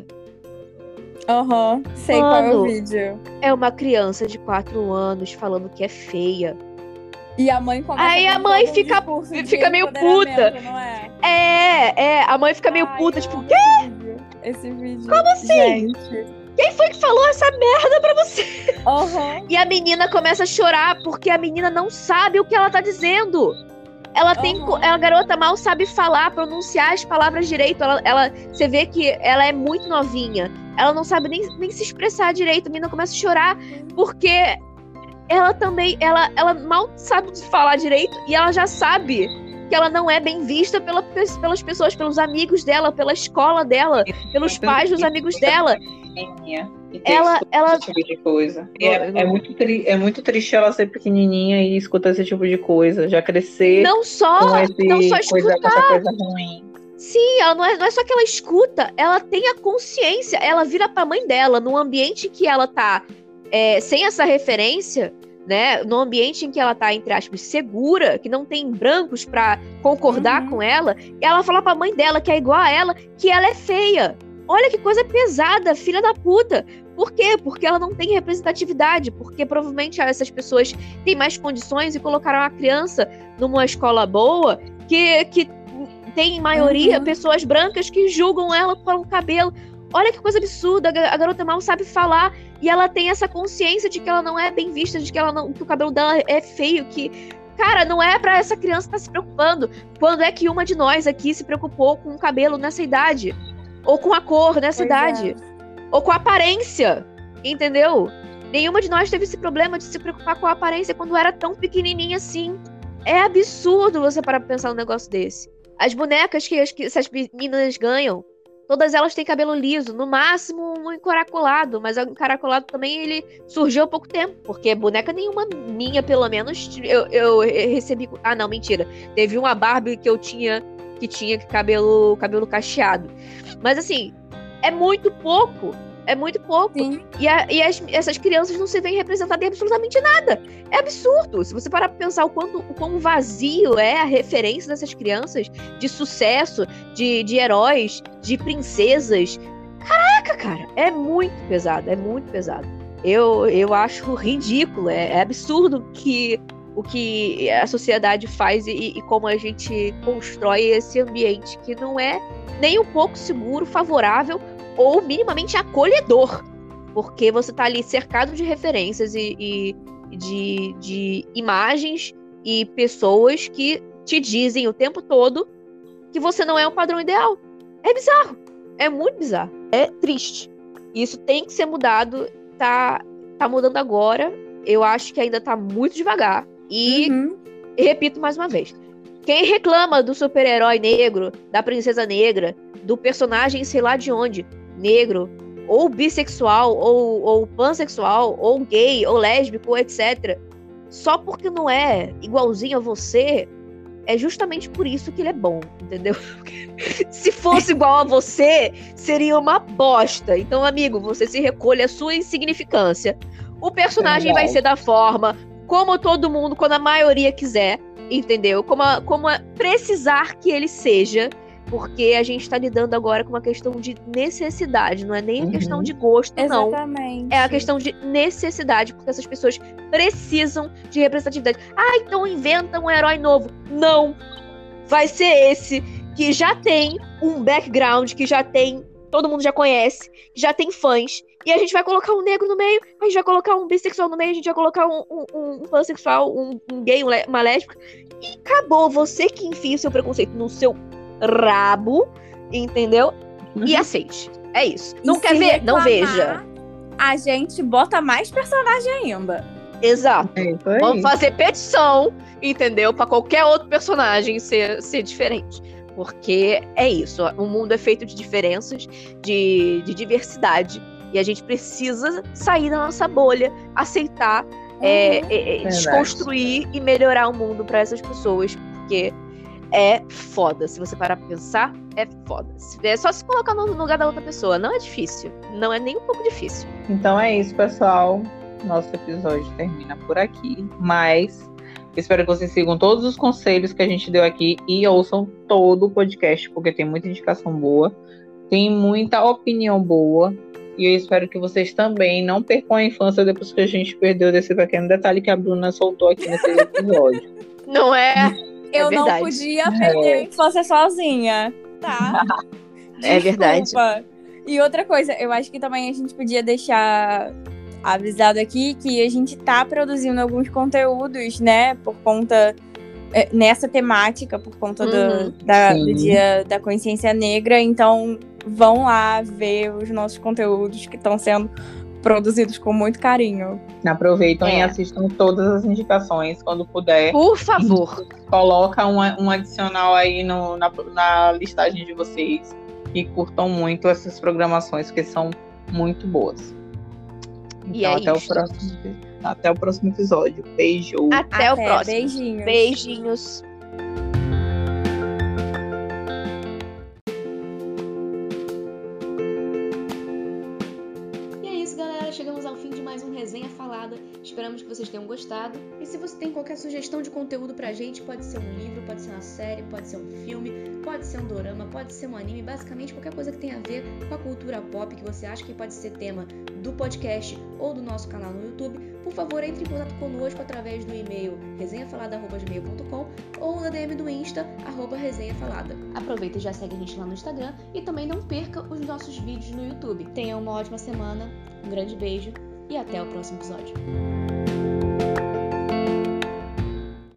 Aham, uhum, sei Mano, qual é o vídeo. É uma criança de quatro anos falando que é feia. E a mãe começa Aí a mãe fica, fica meio puta. Não é? é, é, a mãe fica meio Ai, puta, tipo, quê? Esse vídeo. esse vídeo. Como assim? Gente. Quem foi que falou essa merda pra você? Uhum. E a menina começa a chorar porque a menina não sabe o que ela tá dizendo. Ela tem, uhum. a garota mal sabe falar, pronunciar as palavras direito. Ela, ela, você vê que ela é muito novinha. Ela não sabe nem, nem se expressar direito. A menina começa a chorar porque ela também, ela, ela mal sabe falar direito e ela já sabe que ela não é bem vista pela, pelas pessoas, pelos amigos dela, pela escola dela, pelos pais dos amigos dela. Ela, ela... Esse tipo de coisa. É, é, muito tri... é muito triste ela ser pequenininha e escutar esse tipo de coisa, já crescer. Não só, com esse não só escutar. Coisa, essa coisa ruim. Sim, ela não é, não é só que ela escuta, ela tem a consciência, ela vira pra mãe dela, num ambiente que ela tá é, sem essa referência, né, no ambiente em que ela tá, entre aspas, segura, que não tem brancos pra concordar uhum. com ela, e ela fala pra mãe dela, que é igual a ela, que ela é feia. Olha que coisa pesada, filha da puta. Por quê? Porque ela não tem representatividade, porque provavelmente essas pessoas têm mais condições e colocaram a criança numa escola boa, que, que tem, em maioria, uhum. pessoas brancas que julgam ela por um cabelo. Olha que coisa absurda, a garota mal sabe falar e ela tem essa consciência de que ela não é bem vista, de que, ela não, que o cabelo dela é feio, que... Cara, não é pra essa criança estar se preocupando. Quando é que uma de nós aqui se preocupou com o cabelo nessa idade? Ou com a cor nessa pois idade? É. Ou com a aparência, entendeu? Nenhuma de nós teve esse problema de se preocupar com a aparência quando era tão pequenininha assim. É absurdo você parar pra pensar num negócio desse. As bonecas que, as, que essas meninas ganham, todas elas têm cabelo liso, no máximo um encaracolado, mas o encaracolado também ele surgiu há pouco tempo, porque boneca nenhuma minha, pelo menos, eu, eu recebi... Ah, não, mentira. Teve uma Barbie que eu tinha, que tinha cabelo, cabelo cacheado. Mas assim, é muito pouco. É muito pouco. Sim. E, a, e as, essas crianças não se veem representadas em absolutamente nada. É absurdo. Se você parar pra pensar o, quanto, o quão vazio é a referência dessas crianças de sucesso, de, de heróis, de princesas. Caraca, cara. É muito pesado. É muito pesado. Eu, eu acho ridículo. É, é absurdo que, o que a sociedade faz e, e como a gente constrói esse ambiente que não é nem um pouco seguro, favorável ou minimamente acolhedor, porque você tá ali cercado de referências e, e de, de imagens e pessoas que te dizem o tempo todo que você não é o padrão ideal. É bizarro, é muito bizarro, é triste. Isso tem que ser mudado, tá, tá mudando agora, eu acho que ainda tá muito devagar e, uhum. repito mais uma vez, quem reclama do super-herói negro, da princesa negra, do personagem sei lá de onde, negro, ou bissexual, ou, ou pansexual, ou gay, ou lésbico, etcétera, só porque não é igualzinho a você, é justamente por isso que ele é bom, entendeu? Se fosse igual a você, seria uma bosta. Então, amigo, você se recolhe a sua insignificância. O personagem é vai ser da forma como todo mundo, quando a maioria quiser, entendeu? Como, a, como a precisar que ele seja, porque a gente tá lidando agora com uma questão de necessidade, não é nem a uhum. questão de gosto, não. Exatamente. É a questão de necessidade, porque essas pessoas precisam de representatividade. Ah, então inventa um herói novo. Não! Vai ser esse que já tem um background, que já tem, todo mundo já conhece, que já tem fãs, e a gente vai colocar um negro no meio, a gente vai colocar um bissexual no meio, a gente vai colocar um, um, um pansexual, um, um gay, um, uma lésbica. E acabou. Você que enfia o seu preconceito no seu rabo, entendeu? Uhum. E aceite. É isso. Não E quer se ver? reclamar, Não veja. A gente bota mais personagem ainda. Exato. É isso aí. Vamos fazer petição, entendeu? Pra qualquer outro personagem ser, ser diferente. Porque é isso. O mundo é feito de diferenças, de, de diversidade. E a gente precisa sair da nossa bolha, aceitar, é, é, é, desconstruir e melhorar o mundo pra essas pessoas. Porque é foda. Se você parar pra pensar, é foda. É só se colocar no lugar da outra pessoa. Não é difícil. Não é nem um pouco difícil. Então é isso, pessoal. Nosso episódio termina por aqui. Mas espero que vocês sigam todos os conselhos que a gente deu aqui e ouçam todo o podcast, porque tem muita indicação boa. Tem muita opinião boa. E eu espero que vocês também não percam a infância depois que a gente perdeu desse pequeno detalhe que a Bruna soltou aqui nesse episódio. Não é? Eu é não verdade. podia perder a infância sozinha, tá? É verdade. Desculpa. E outra coisa, eu acho que também a gente podia deixar avisado aqui que a gente tá produzindo alguns conteúdos, né? Por conta... é, nessa temática, por conta Uhum. do, da, Sim. do Dia da Consciência Negra. Então, vão lá ver os nossos conteúdos que estão sendo produzidos com muito carinho. Aproveitam É. e assistam todas as indicações quando puder. Por favor. Coloca um, um adicional aí no, na, na listagem de vocês e curtam muito essas programações, que são muito boas. E Então, é até, o isso. próximo, até o próximo episódio. Beijo! Até, o próximo. Beijinhos. Beijinhos. E é isso, galera. Chegamos ao fim de mais um Resenha Falada. Esperamos que vocês tenham gostado. E se você tem qualquer sugestão de conteúdo pra gente, pode ser um livro, pode ser uma série, pode ser um filme, pode ser um dorama, pode ser um anime, basicamente qualquer coisa que tenha a ver com a cultura pop, que você acha que pode ser tema do podcast ou do nosso canal no YouTube, por favor, entre em contato conosco através do e-mail resenhafalada arroba gmail ponto com ou na D M do Insta, arroba resenhafalada. Aproveita e já segue a gente lá no Instagram e também não perca os nossos vídeos no YouTube. Tenha uma ótima semana, um grande beijo e até o próximo episódio.